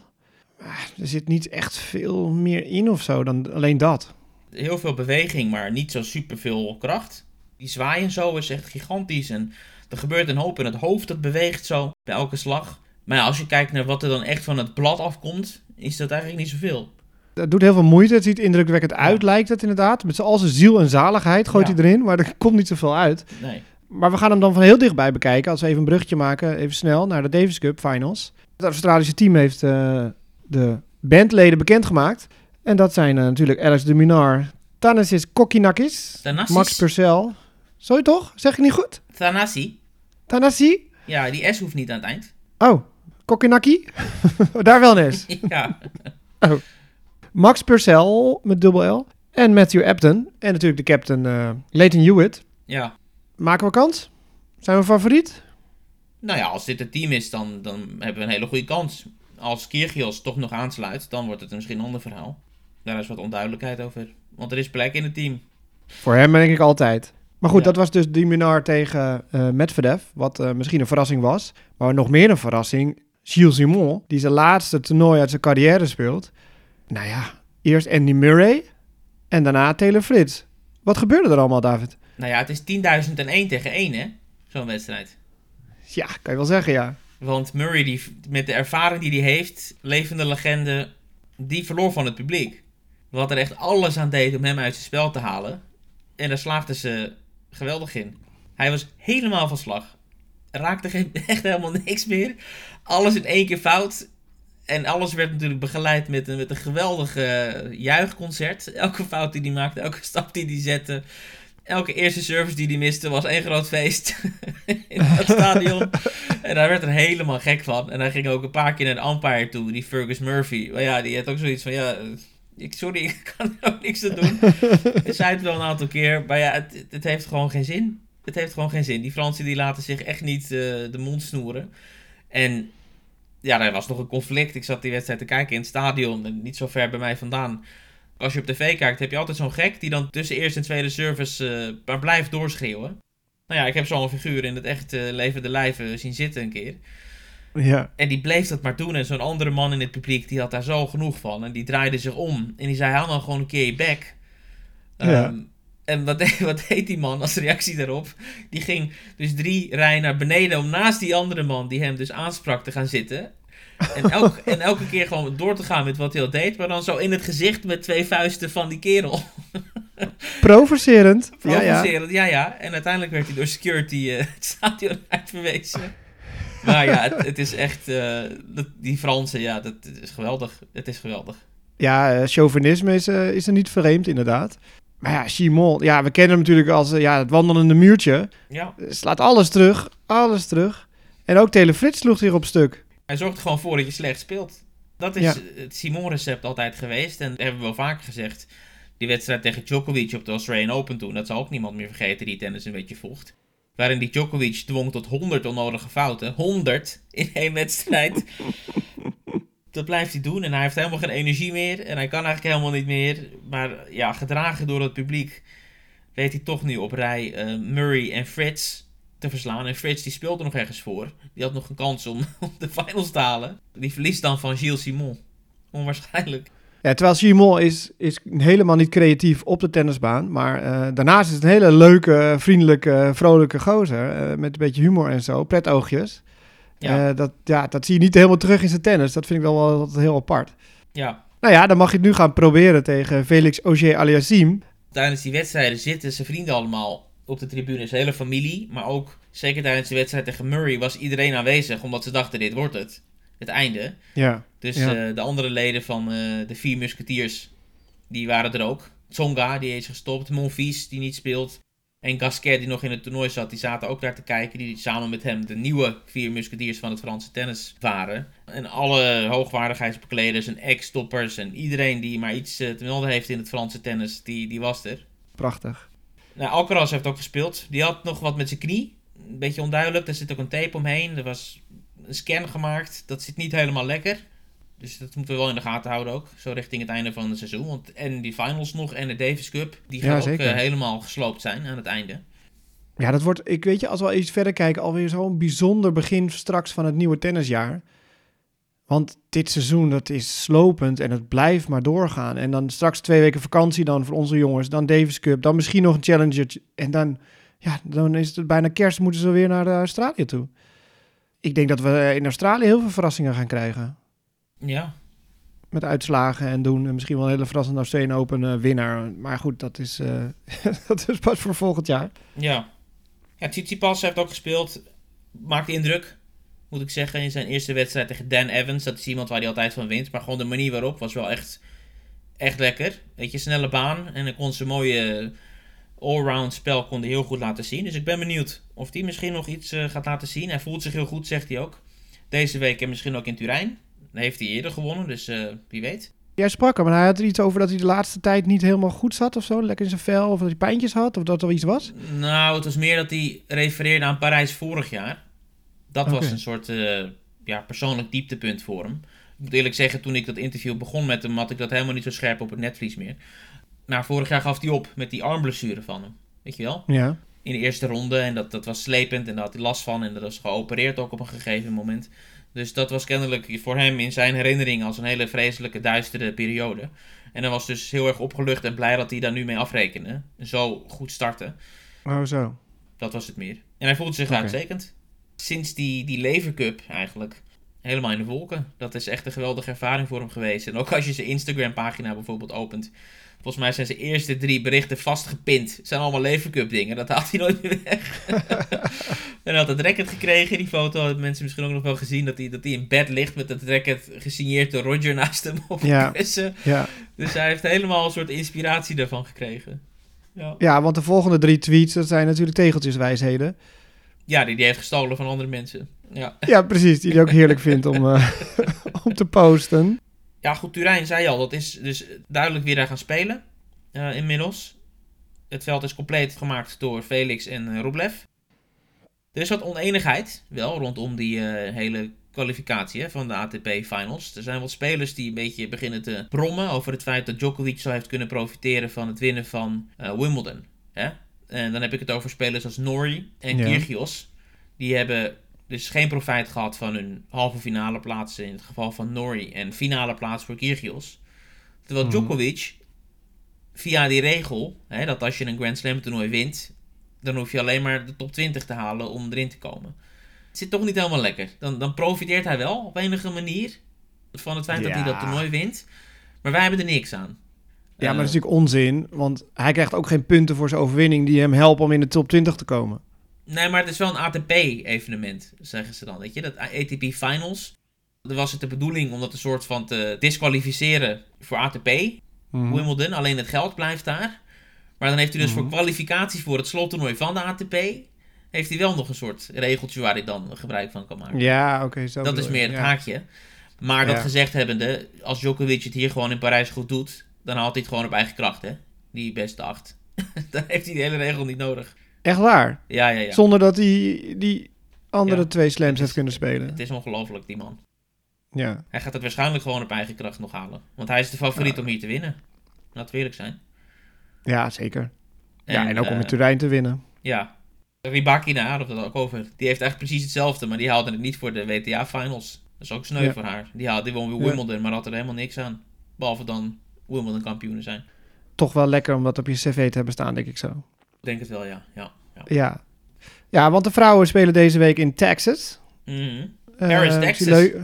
Er zit niet echt veel meer in of zo dan alleen dat. Heel veel beweging, maar niet zo superveel kracht. Die zwaai en zo is echt gigantisch. En er gebeurt een hoop in het hoofd, dat beweegt zo bij elke slag. Maar ja, als je kijkt naar wat er dan echt van het blad afkomt, is dat eigenlijk niet zoveel. Het doet heel veel moeite. Het ziet indrukwekkend uit, ja. Lijkt het inderdaad. Met al zijn ziel en zaligheid gooit ja. hij erin, maar er komt niet zoveel uit. Nee. Maar we gaan hem dan van heel dichtbij bekijken. Als we even een bruggetje maken, even snel, naar de Davis Cup Finals. Het Australische team heeft uh, de bandleden bekendgemaakt. En dat zijn uh, natuurlijk Alex de Minaur, Thanasis Kokkinakis, Thanasis? Max Purcell. Sorry toch? Zeg je niet goed? Thanasi. Thanasi? Ja, die S hoeft niet aan het eind. Oh, Kokkinaki? Daar wel een S. Ja. Oh. Max Purcell met dubbel L. En Matthew Ebden. En natuurlijk de captain uh, Leighton Hewitt. Ja. Maken we kans? Zijn we favoriet? Nou ja, als dit het team is, dan, dan hebben we een hele goede kans. Als Kyrgios toch nog aansluit, dan wordt het misschien een ander verhaal. Daar is wat onduidelijkheid over. Want er is plek in het team. Voor hem denk ik altijd. Maar goed, Ja. dat was dus de Minaur tegen uh, Medvedev. Wat uh, misschien een verrassing was. Maar nog meer een verrassing. Gilles Simon, die zijn laatste toernooi uit zijn carrière speelt. Nou ja, eerst Andy Murray. En daarna Taylor Fritz. Wat gebeurde er allemaal, David? Nou ja, het is tienduizend één tegen één, hè? Zo'n wedstrijd. Ja, kan je wel zeggen, ja. Want Murray, die, met de ervaring die hij heeft, levende legende, die verloor van het publiek. Wat er echt alles aan deed om hem uit zijn spel te halen. En daar slaagden ze geweldig in. Hij was helemaal van slag. Raakte geen, echt helemaal niks meer. Alles in één keer fout. En alles werd natuurlijk begeleid met een, met een geweldig uh, juichconcert. Elke fout die hij maakte, elke stap die hij zette. Elke eerste service die hij miste was één groot feest in het stadion. En daar werd er helemaal gek van. En hij ging ook een paar keer naar de umpire toe, die Fergus Murphy. Maar ja, die had ook zoiets van, ja, ik, sorry, ik kan er ook niks aan doen. Ik zei het wel een aantal keer, maar ja, het, het heeft gewoon geen zin. Het heeft gewoon geen zin. Die Fransen die laten zich echt niet uh, de mond snoeren. En ja, er was nog een conflict. Ik zat die wedstrijd te kijken in het stadion, niet zo ver bij mij vandaan. Als je op tv kijkt, heb je altijd zo'n gek die dan tussen eerste en tweede service uh, maar blijft doorschreeuwen. Nou ja, ik heb zo'n figuur in het echte uh, levende lijven zien zitten een keer. Ja. En die bleef dat maar doen. En zo'n andere man in het publiek, die had daar zo genoeg van. En die draaide zich om. En die zei, haal nou gewoon een keer je bek. Um, Ja. En wat deed, wat deed die man als reactie daarop? Die ging dus drie rijen naar beneden om naast die andere man, die hem dus aansprak, te gaan zitten. En, elk, en elke keer gewoon door te gaan met wat hij al deed. Maar dan zo in het gezicht met twee vuisten van die kerel. Provocerend. Provocerend, ja, ja ja. En uiteindelijk werd hij door security uh, het stadion uitverwezen. Maar ja, het, het is echt... Uh, dat, die Fransen, ja, dat, dat is geweldig. Het is geweldig. Ja, uh, chauvinisme is, uh, is er niet vreemd, inderdaad. Maar ja, Simon, ja, we kennen hem natuurlijk als uh, ja, het wandelende muurtje. Ja. Slaat alles terug, alles terug. En ook Taylor Fritz sloeg zich op stuk. Hij zorgt er gewoon voor dat je slecht speelt. Dat is ja. het Simon-recept altijd geweest. En dat hebben we wel vaker gezegd. Die wedstrijd tegen Djokovic op de Australian Open toen. Dat zal ook niemand meer vergeten die tennis een beetje volgt. Waarin die Djokovic dwong tot honderd onnodige fouten. honderd in één wedstrijd. Dat blijft hij doen. En hij heeft helemaal geen energie meer. En hij kan eigenlijk helemaal niet meer. Maar ja, gedragen door het publiek weet hij toch nu op rij uh, Murray en Fritz te verslaan. En Fritz die speelde nog ergens voor. Die had nog een kans om, om de finals te halen. Die verliest dan van Gilles Simon. Onwaarschijnlijk. Ja, terwijl Simon is, is helemaal niet creatief op de tennisbaan. Maar uh, daarnaast is het een hele leuke, vriendelijke, vrolijke gozer. Uh, met een beetje humor en zo. Pretoogjes. Ja. Uh, dat, ja, dat zie je niet helemaal terug in zijn tennis. Dat vind ik wel wel heel apart. Ja. Nou ja, dan mag je het nu gaan proberen tegen Felix Auger-Aliassime. Tijdens die wedstrijden zitten zijn vrienden allemaal op de tribune. Zijn hele familie. Maar ook, zeker tijdens de wedstrijd tegen Murray, was iedereen aanwezig. Omdat ze dachten, dit wordt het. Het einde. Ja. Dus ja. Uh, de andere leden van uh, de vier musketiers, die waren er ook. Tsonga, die is gestopt. Monfils, die niet speelt. En Gasquet, die nog in het toernooi zat, die zaten ook daar te kijken. Die samen met hem de nieuwe vier musketiers van het Franse tennis waren. En alle hoogwaardigheidsbekleders en ex-toppers en iedereen die maar iets uh, te melden heeft in het Franse tennis, die, die was er. Prachtig. Nou, Alcaraz heeft ook gespeeld. Die had nog wat met zijn knie. een beetje onduidelijk. Er zit ook een tape omheen. Er was een scan gemaakt. Dat zit niet helemaal lekker. Dus dat moeten we wel in de gaten houden ook. Zo richting het einde van het seizoen. Want en die finals nog en de Davis Cup. Die gaan Ja, ook uh, helemaal gesloopt zijn aan het einde. Ja, dat wordt, ik weet je, als we iets verder kijken, alweer zo'n bijzonder begin straks van het nieuwe tennisjaar. Want dit seizoen, dat is slopend en het blijft maar doorgaan. En dan straks twee weken vakantie dan voor onze jongens. Dan Davis Cup, dan misschien nog een Challenger. En dan, ja, dan is het bijna kerst, moeten ze weer naar Australië toe. Ik denk dat we in Australië heel veel verrassingen gaan krijgen. Ja. Met uitslagen en doen. En misschien wel een hele verrassende Australian Open uh, winnaar. Maar goed, dat is, uh, dat is pas voor volgend jaar. Ja. Ja, Tsitsipas heeft ook gespeeld. Maakt indruk, moet ik zeggen, in zijn eerste wedstrijd tegen Dan Evans. Dat is iemand waar hij altijd van wint. Maar gewoon de manier waarop was wel echt, echt lekker. Weet je, snelle baan. En dan kon zijn mooie allround spel kon hij heel goed laten zien. Dus ik ben benieuwd of hij misschien nog iets uh, gaat laten zien. Hij voelt zich heel goed, zegt hij ook. Deze week en misschien ook in Turijn. Dan heeft hij eerder gewonnen, dus uh, wie weet. Jij sprak hem, maar hij had er iets over dat hij de laatste tijd niet helemaal goed zat of zo. Lekker in zijn vel, of dat hij pijntjes had, of dat er iets was. Nou, het was meer dat hij refereerde aan Parijs vorig jaar. Dat okay. was een soort uh, ja, persoonlijk dieptepunt voor hem. Ik moet eerlijk zeggen, toen ik dat interview begon met hem, had ik dat helemaal niet zo scherp op het netvlies meer. Maar vorig jaar gaf hij op met die armblessure van hem. Weet je wel? Ja. In de eerste ronde, en dat, dat was slepend en daar had hij last van. En dat was geopereerd ook op een gegeven moment. Dus dat was kennelijk voor hem in zijn herinnering als een hele vreselijke, duistere periode. En hij was dus heel erg opgelucht en blij dat hij daar nu mee afrekende. Zo goed starten. Oh, zo. Dat was het meer. En hij voelde zich okay. uitstekend. Sinds die, die Levercup eigenlijk helemaal in de wolken. Dat is echt een geweldige ervaring voor hem geweest. En ook als je zijn Instagram-pagina bijvoorbeeld opent. Volgens mij zijn zijn eerste drie berichten vastgepind. Het zijn allemaal Levercup dingen. Dat haalt hij nooit meer weg. En hij had het racket gekregen. Die foto hebben mensen misschien ook nog wel gezien. Dat hij, dat hij in bed ligt met het racket gesigneerd door Roger naast hem op ja. kussen. Ja. Dus hij heeft helemaal een soort inspiratie daarvan gekregen. Ja, ja, want de volgende drie tweets, dat zijn natuurlijk tegeltjeswijsheden. Ja, die hij heeft gestolen van andere mensen. Ja, ja precies. Die hij ook heerlijk vindt om, uh, om te posten. Ja, goed, Turijn zei al, dat is dus duidelijk wie daar gaan spelen uh, inmiddels. Het veld is compleet gemaakt door Felix en uh, Rublev. Er is wat oneenigheid, wel, rondom die uh, hele kwalificatie hè, van de A T P Finals. Er zijn wat spelers die een beetje beginnen te brommen over het feit dat Djokovic zo heeft kunnen profiteren van het winnen van uh, Wimbledon. Hè? En dan heb ik het over spelers als Norrie en ja. Kyrgios. Die hebben dus geen profijt gehad van hun halve finale plaatsen in het geval van Norrie en finale plaats voor Kyrgios. Terwijl mm-hmm. Djokovic via die regel, hè, dat als je een Grand Slam toernooi wint, dan hoef je alleen maar de top twintig te halen om erin te komen. Het zit toch niet helemaal lekker. Dan, dan profiteert hij wel op enige manier van het feit ja. dat hij dat toernooi wint. Maar wij hebben er niks aan. Ja, maar dat is natuurlijk onzin, want hij krijgt ook geen punten voor zijn overwinning die hem helpen om in de top twintig te komen. Nee, maar het is wel een A T P-evenement, zeggen ze dan, weet je. Dat A T P Finals, er was het de bedoeling om dat een soort van te disqualificeren voor A T P, mm-hmm. Wimbledon. Alleen het geld blijft daar. Maar dan heeft hij dus mm-hmm. voor kwalificatie voor het slottoernooi van de A T P, heeft hij wel nog een soort regeltje waar hij dan gebruik van kan maken. Ja, oké. Okay, zo dat is meer het ja. haakje. Maar dat ja. gezegd hebbende, als Djokovic het hier gewoon in Parijs goed doet, dan haalt hij het gewoon op eigen kracht, hè. Die beste acht. Dan heeft hij die hele regel niet nodig. Echt waar? Ja, ja, ja. Zonder dat hij die andere ja, twee slams is, heeft kunnen spelen. Het is ongelooflijk, die man. Ja. Hij gaat het waarschijnlijk gewoon op eigen kracht nog halen. Want hij is de favoriet ja. om hier te winnen. Laten we eerlijk zijn. Ja, zeker. En, ja, en ook uh, om het Turijn te winnen. Ja. Rybakina had het er ook over. Die heeft echt precies hetzelfde, maar die haalde het niet voor de W T A-finals. Dat is ook sneu ja. voor haar. Die, haal, die won weer Wimbledon, ja. maar had er helemaal niks aan. Behalve dan Wimbledon kampioenen zijn. Toch wel lekker om dat op je cv te hebben staan, denk ik zo. Ik denk het wel, ja. Ja, ja. ja. ja want de vrouwen spelen deze week in Texas. Mm-hmm. Paris, uh, Texas. Leu-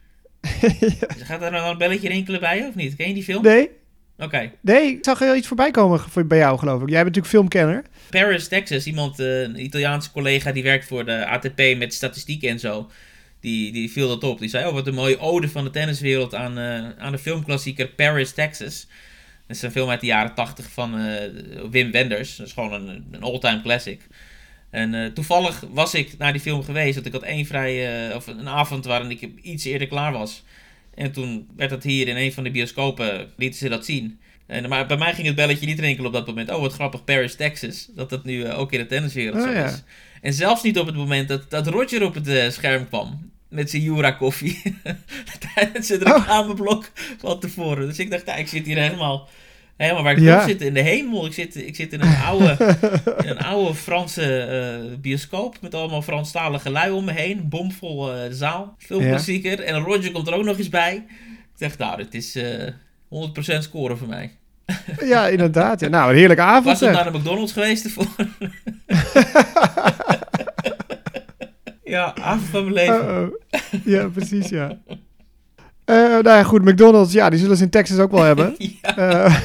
ja. Gaat er nou een belletje rinkelen bij je, of niet? Ken je die film? Nee. Oké. Okay. Nee, ik zag er iets voorbij komen voor, bij jou, geloof ik. Jij bent natuurlijk filmkenner. Paris, Texas. Iemand, uh, een Italiaanse collega die werkt voor de A T P met statistieken en zo. Die, die viel dat op. Die zei, oh, wat een mooie ode van de tenniswereld aan, uh, aan de filmklassieker Paris, Texas. Dat is een film uit de jaren tachtig van uh, Wim Wenders. Dat is gewoon een, een all-time classic. En uh, toevallig was ik naar die film geweest. Dat ik had één vrij, uh, of een avond waarin ik iets eerder klaar was. En toen werd dat hier in een van de bioscopen, lieten ze dat zien. En, maar bij mij ging het belletje niet rinkelen op dat moment. Oh, wat grappig, Paris, Texas. Dat dat nu uh, ook in de tenniswereld oh, zo ja. is. En zelfs niet op het moment dat, dat Roger op het uh, scherm kwam. Met zijn Jura koffie. Tijdens het reclameblok van tevoren. Dus ik dacht, nou, ik zit hier helemaal... Helemaal waar ik ja. op zit, in de hemel. Ik zit, ik zit in een oude, in een oude Franse uh, bioscoop. Met allemaal Franstalige lui om me heen. Bomvol uh, zaal. Filmklassieker. Ja. En Roger komt er ook nog eens bij. Ik dacht, nou, dit is uh, honderd procent scoren voor mij. Ja, inderdaad. Ja. Nou, een heerlijke avond. Was het naar de McDonald's geweest ervoor? Ja, avond van mijn leven. Uh-oh. Ja, precies, ja. Uh, nou ja, goed, McDonald's, ja, die zullen ze in Texas ook wel hebben. Ja. Uh,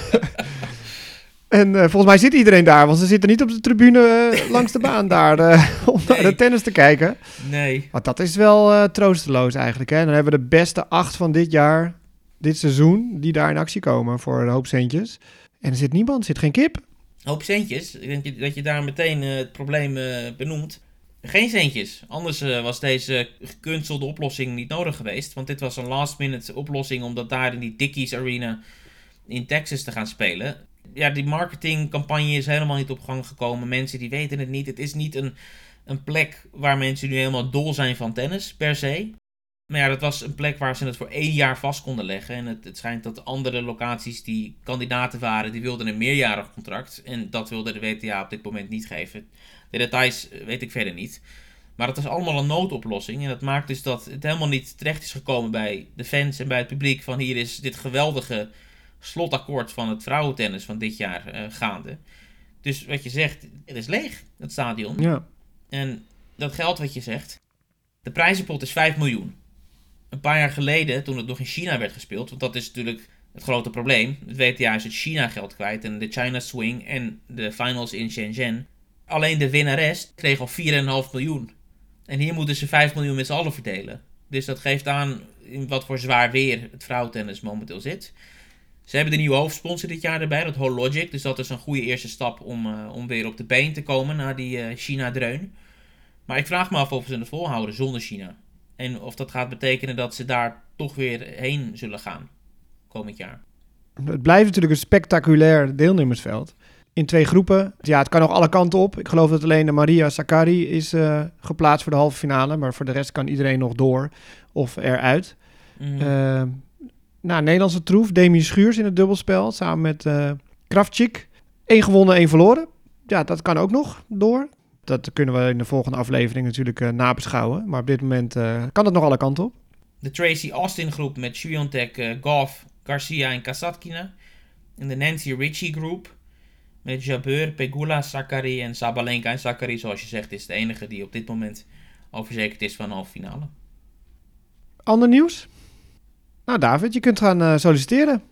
en uh, volgens mij zit iedereen daar, want ze zitten niet op de tribune uh, langs de baan daar uh, om nee. naar de tennis te kijken. Nee. Want dat is wel uh, troosteloos eigenlijk, hè. Dan hebben we de beste acht van dit jaar, dit seizoen, die daar in actie komen voor een hoop centjes. En er zit niemand, er zit geen kip. Een hoop centjes, ik denk dat je daar meteen uh, het probleem uh, benoemt. Geen centjes. Anders uh, was deze gekunstelde oplossing niet nodig geweest. Want dit was een last minute oplossing om dat daar in die Dickies Arena in Texas te gaan spelen. Ja, die marketingcampagne is helemaal niet op gang gekomen. Mensen die weten het niet. Het is niet een, een plek waar mensen nu helemaal dol zijn van tennis, per se. Maar ja, dat was een plek waar ze het voor één jaar vast konden leggen. En het, het schijnt dat andere locaties die kandidaten waren, die wilden een meerjarig contract. En dat wilde de W T A op dit moment niet geven. De details weet ik verder niet. Maar het was allemaal een noodoplossing. En dat maakt dus dat het helemaal niet terecht is gekomen bij de fans en bij het publiek. Van hier is dit geweldige slotakkoord van het vrouwentennis van dit jaar uh, gaande. Dus wat je zegt, het is leeg, het stadion. Ja. En dat geld wat je zegt, de prijzenpot is vijf miljoen. Een paar jaar geleden, toen het nog in China werd gespeeld, want dat is natuurlijk het grote probleem. Het W T A is het China geld kwijt en de China Swing en de finals in Shenzhen. Alleen de winnares kreeg al vier komma vijf miljoen. En hier moeten ze vijf miljoen met z'n allen verdelen. Dus dat geeft aan in wat voor zwaar weer het vrouwentennis momenteel zit. Ze hebben de nieuwe hoofdsponsor dit jaar erbij, dat Hologic. Dus dat is een goede eerste stap om, uh, om weer op de been te komen na die uh, China-dreun. Maar ik vraag me af of ze het volhouden zonder China. En of dat gaat betekenen dat ze daar toch weer heen zullen gaan komend jaar. Het blijft natuurlijk een spectaculair deelnemersveld. In twee groepen. Ja, het kan nog alle kanten op. Ik geloof dat alleen de Maria Sakkari is uh, geplaatst voor de halve finale. Maar voor de rest kan iedereen nog door of eruit. Mm. Uh, nou, Nederlandse troef. Demi Schuurs in het dubbelspel. Samen met uh, Kravchik. Eén gewonnen, één verloren. Ja, dat kan ook nog door. Dat kunnen we in de volgende aflevering natuurlijk uh, nabeschouwen. Maar op dit moment uh, kan het nog alle kanten op. De Tracy Austin groep met Swiatek, uh, Goff, Garcia en Kasatkina. En de Nancy Ritchie groep met Jabeur, Pegula, Sakkari en Sabalenka. En Sakkari, zoals je zegt, is de enige die op dit moment al verzekerd is van een halve finale. Ander nieuws? Nou, David, je kunt gaan uh, solliciteren.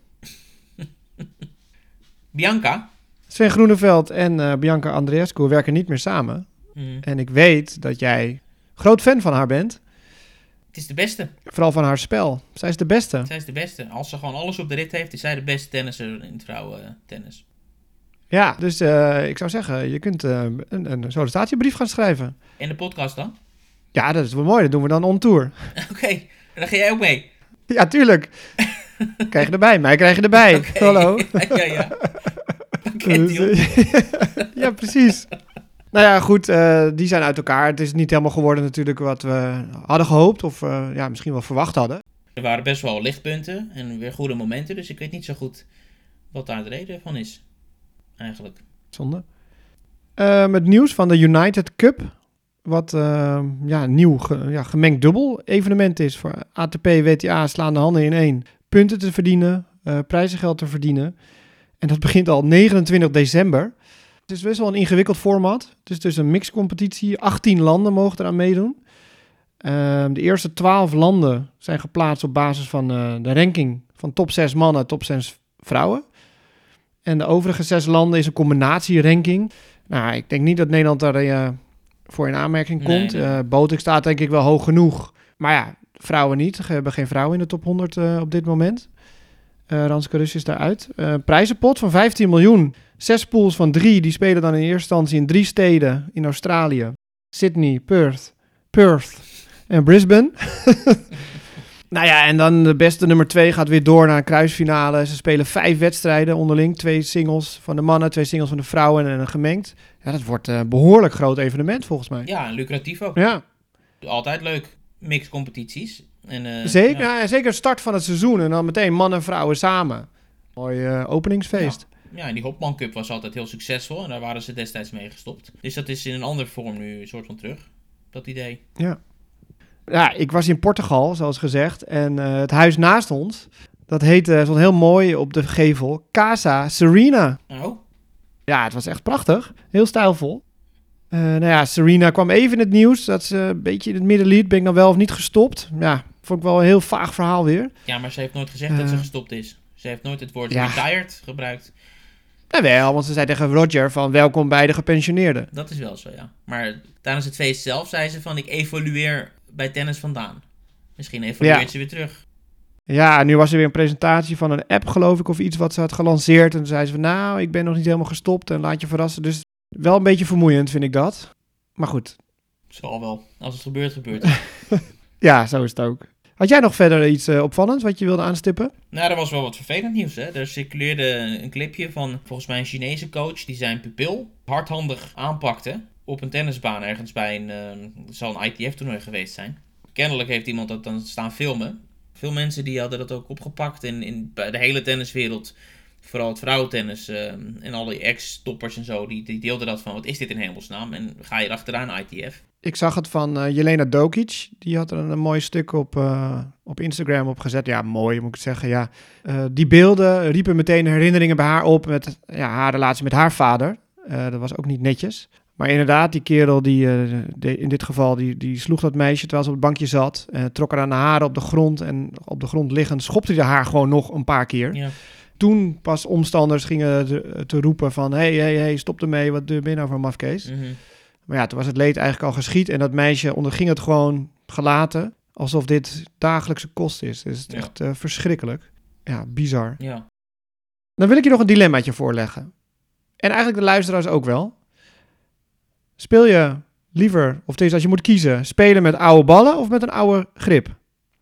Bianca? Sven Groeneveld en uh, Bianca Andreescu werken niet meer samen. Mm. En ik weet dat jij groot fan van haar bent. Het is de beste. Vooral van haar spel. Zij is de beste. Zij is de beste. Als ze gewoon alles op de rit heeft, is zij de beste tennisser in het vrouwentennis. Ja, dus uh, ik zou zeggen, je kunt uh, een, een sollicitatiebrief gaan schrijven. En de podcast dan? Ja, dat is wel mooi. Dat doen we dan on tour. Oké, okay. En dan ga jij ook mee? Ja, tuurlijk. Krijg je erbij. Mij krijg je erbij. Okay. Hallo. Ja, ja, ja. Dus, ja, precies. Nou ja, goed, uh, die zijn uit elkaar. Het is niet helemaal geworden natuurlijk wat we hadden gehoopt of uh, ja, misschien wel verwacht hadden. Er waren best wel lichtpunten en weer goede momenten, dus ik weet niet zo goed wat daar de reden van is, eigenlijk. Zonde. Uh, het nieuws van de United Cup, wat uh, ja, nieuw ge, ja, gemengd dubbel evenement is voor A T P, W T A, slaan de handen in één. Punten te verdienen, uh, prijzengeld te verdienen. En dat begint al negenentwintig december. Het is best wel een ingewikkeld format. Het is dus een mixcompetitie. achttien landen mogen eraan meedoen. Uh, de eerste twaalf landen zijn geplaatst op basis van uh, de ranking van top zes mannen, top zes vrouwen. En de overige zes landen is een combinatieranking. Nou, ik denk niet dat Nederland daar uh, voor in aanmerking komt. Nee, nee. Uh, Botik staat denk ik wel hoog genoeg. Maar ja, vrouwen niet. We hebben geen vrouwen in de top honderd uh, op dit moment. Uh, Ranske Rus is daaruit. Uh, prijzenpot van vijftien miljoen. Zes pools van drie. Die spelen dan in eerste instantie in drie steden in Australië. Sydney, Perth, Perth en Brisbane. Nou ja, en dan de beste nummer twee gaat weer door naar een kruisfinale. Ze spelen vijf wedstrijden onderling. Twee singles van de mannen, twee singles van de vrouwen en een gemengd. Ja, dat wordt een behoorlijk groot evenement volgens mij. Ja, en lucratief ook. Ja. Altijd leuk. Mixed competities. En, uh, zeker, ja. ja, zeker start van het seizoen en dan meteen mannen en vrouwen samen. Mooi uh, openingsfeest. Ja. Ja, en die Hopman Cup was altijd heel succesvol. En daar waren ze destijds mee gestopt. Dus dat is in een andere vorm nu een soort van terug. Dat idee. Ja. Ja, ik was in Portugal, zoals gezegd. En uh, het huis naast ons, dat heette, stond heel mooi op de gevel, Casa Serena. Oh. Ja, het was echt prachtig. Heel stijlvol. Uh, nou ja, Serena kwam even in het nieuws. Dat ze een beetje in het midden liet. Ben ik nou wel of niet gestopt? Ja, vond ik wel een heel vaag verhaal weer. Ja, maar ze heeft nooit gezegd uh, dat ze gestopt is. Ze heeft nooit het woord ja. retired gebruikt. Ja, wel, want ze zei tegen Roger van welkom bij de gepensioneerden. Dat is wel zo, ja. Maar tijdens het feest zelf zei ze van ik evolueer bij tennis vandaan. Misschien evolueert ja. ze weer terug. Ja, nu was er weer een presentatie van een app, geloof ik, of iets wat ze had gelanceerd. En toen zei ze van nou, ik ben nog niet helemaal gestopt en laat je verrassen. Dus wel een beetje vermoeiend, vind ik dat. Maar goed. Zal wel. Als het gebeurt, gebeurt het. Ja, zo is het ook. Had jij nog verder iets uh, opvallends wat je wilde aanstippen? Nou, er was wel wat vervelend nieuws, hè. Er circuleerde een clipje van volgens mij een Chinese coach die zijn pupil hardhandig aanpakte op een tennisbaan ergens bij een, uh, het zal een I T F-toernooi geweest zijn. Kennelijk heeft iemand dat dan staan filmen. Veel mensen die hadden dat ook opgepakt in, in de hele tenniswereld. Vooral het vrouwentennis uh, en al die ex-toppers en zo, die, die deelden dat van, wat is dit in hemelsnaam? En ga je erachteraan I T F? Ik zag het van uh, Jelena Dokic, die had er een, een mooi stuk op, uh, op Instagram opgezet. Ja, mooi moet ik zeggen, ja. Uh, die beelden riepen meteen herinneringen bij haar op met ja, haar relatie met haar vader. Uh, dat was ook niet netjes. Maar inderdaad, die kerel, die, uh, de, in dit geval, die, die sloeg dat meisje terwijl ze op het bankje zat. Uh, trok haar aan de haren op de grond en op de grond liggend schopte hij haar gewoon nog een paar keer. Ja. Toen pas omstanders gingen te, te roepen van hey, hey, hey, stop ermee, wat ben je nou voor een mafkees? Mm-hmm. Maar ja, toen was het leed eigenlijk al geschied en dat meisje onderging het gewoon gelaten, alsof dit dagelijkse kost is. Dus het is ja. echt uh, verschrikkelijk. Ja, bizar. Ja. Dan wil ik je nog een dilemmaatje voorleggen. En eigenlijk de luisteraars ook wel. Speel je liever, of tenminste als je moet kiezen, spelen met oude ballen of met een oude grip?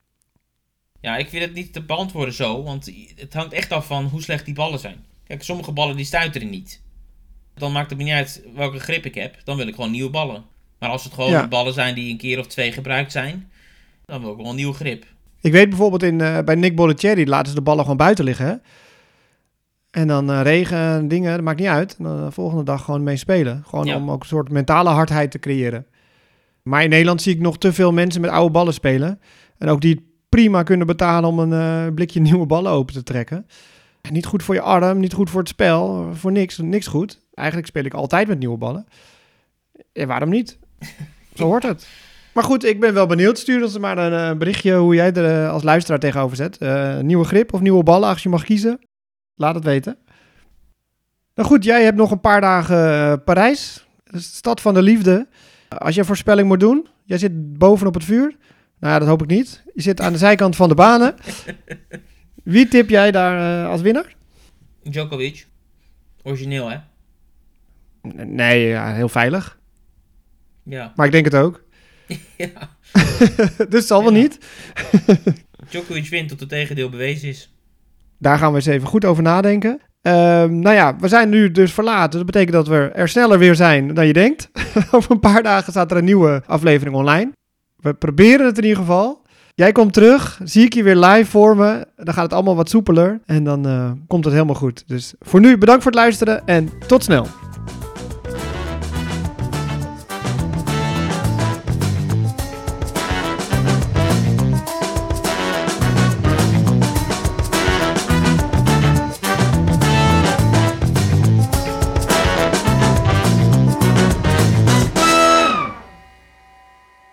Ja, ik vind het niet te beantwoorden zo, want het hangt echt af van hoe slecht die ballen zijn. Kijk, sommige ballen die stuiteren niet. Dan maakt het me niet uit welke grip ik heb, dan wil ik gewoon nieuwe ballen. Maar als het gewoon ja. ballen zijn die een keer of twee gebruikt zijn, dan wil ik wel een nieuwe grip. Ik weet bijvoorbeeld in, uh, bij Nick Bollettieri laten ze de ballen gewoon buiten liggen, hè? En dan uh, regen, dingen, dat maakt niet uit. En dan de volgende dag gewoon mee spelen. Gewoon ja. om ook een soort mentale hardheid te creëren. Maar in Nederland zie ik nog te veel mensen met oude ballen spelen. En ook die het prima kunnen betalen om een uh, blikje nieuwe ballen open te trekken. En niet goed voor je arm, niet goed voor het spel, voor niks, niks goed. Eigenlijk speel ik altijd met nieuwe ballen. En waarom niet? Zo hoort het. Maar goed, ik ben wel benieuwd. Stuur ons maar een uh, berichtje hoe jij er uh, als luisteraar tegenover zet. Uh, nieuwe grip of nieuwe ballen, als je mag kiezen. Laat het weten. Nou goed, jij hebt nog een paar dagen uh, Parijs. De stad van de liefde. Uh, als je een voorspelling moet doen. Jij zit bovenop het vuur. Nou ja, dat hoop ik niet. Je zit aan de zijkant van de banen. Wie tip jij daar uh, als winnaar? Djokovic. Origineel, hè? Nee, ja, heel veilig. Ja. Maar ik denk het ook. Ja. Dus het zal ja. wel niet. Djokovic wint tot het tegendeel bewezen is. Daar gaan we eens even goed over nadenken. Uh, nou ja, we zijn nu dus verlaten. Dat betekent dat we er sneller weer zijn dan je denkt. Over een paar dagen staat er een nieuwe aflevering online. We proberen het in ieder geval. Jij komt terug, zie ik je weer live voor me. Dan gaat het allemaal wat soepeler. En dan uh, komt het helemaal goed. Dus voor nu bedankt voor het luisteren en tot snel.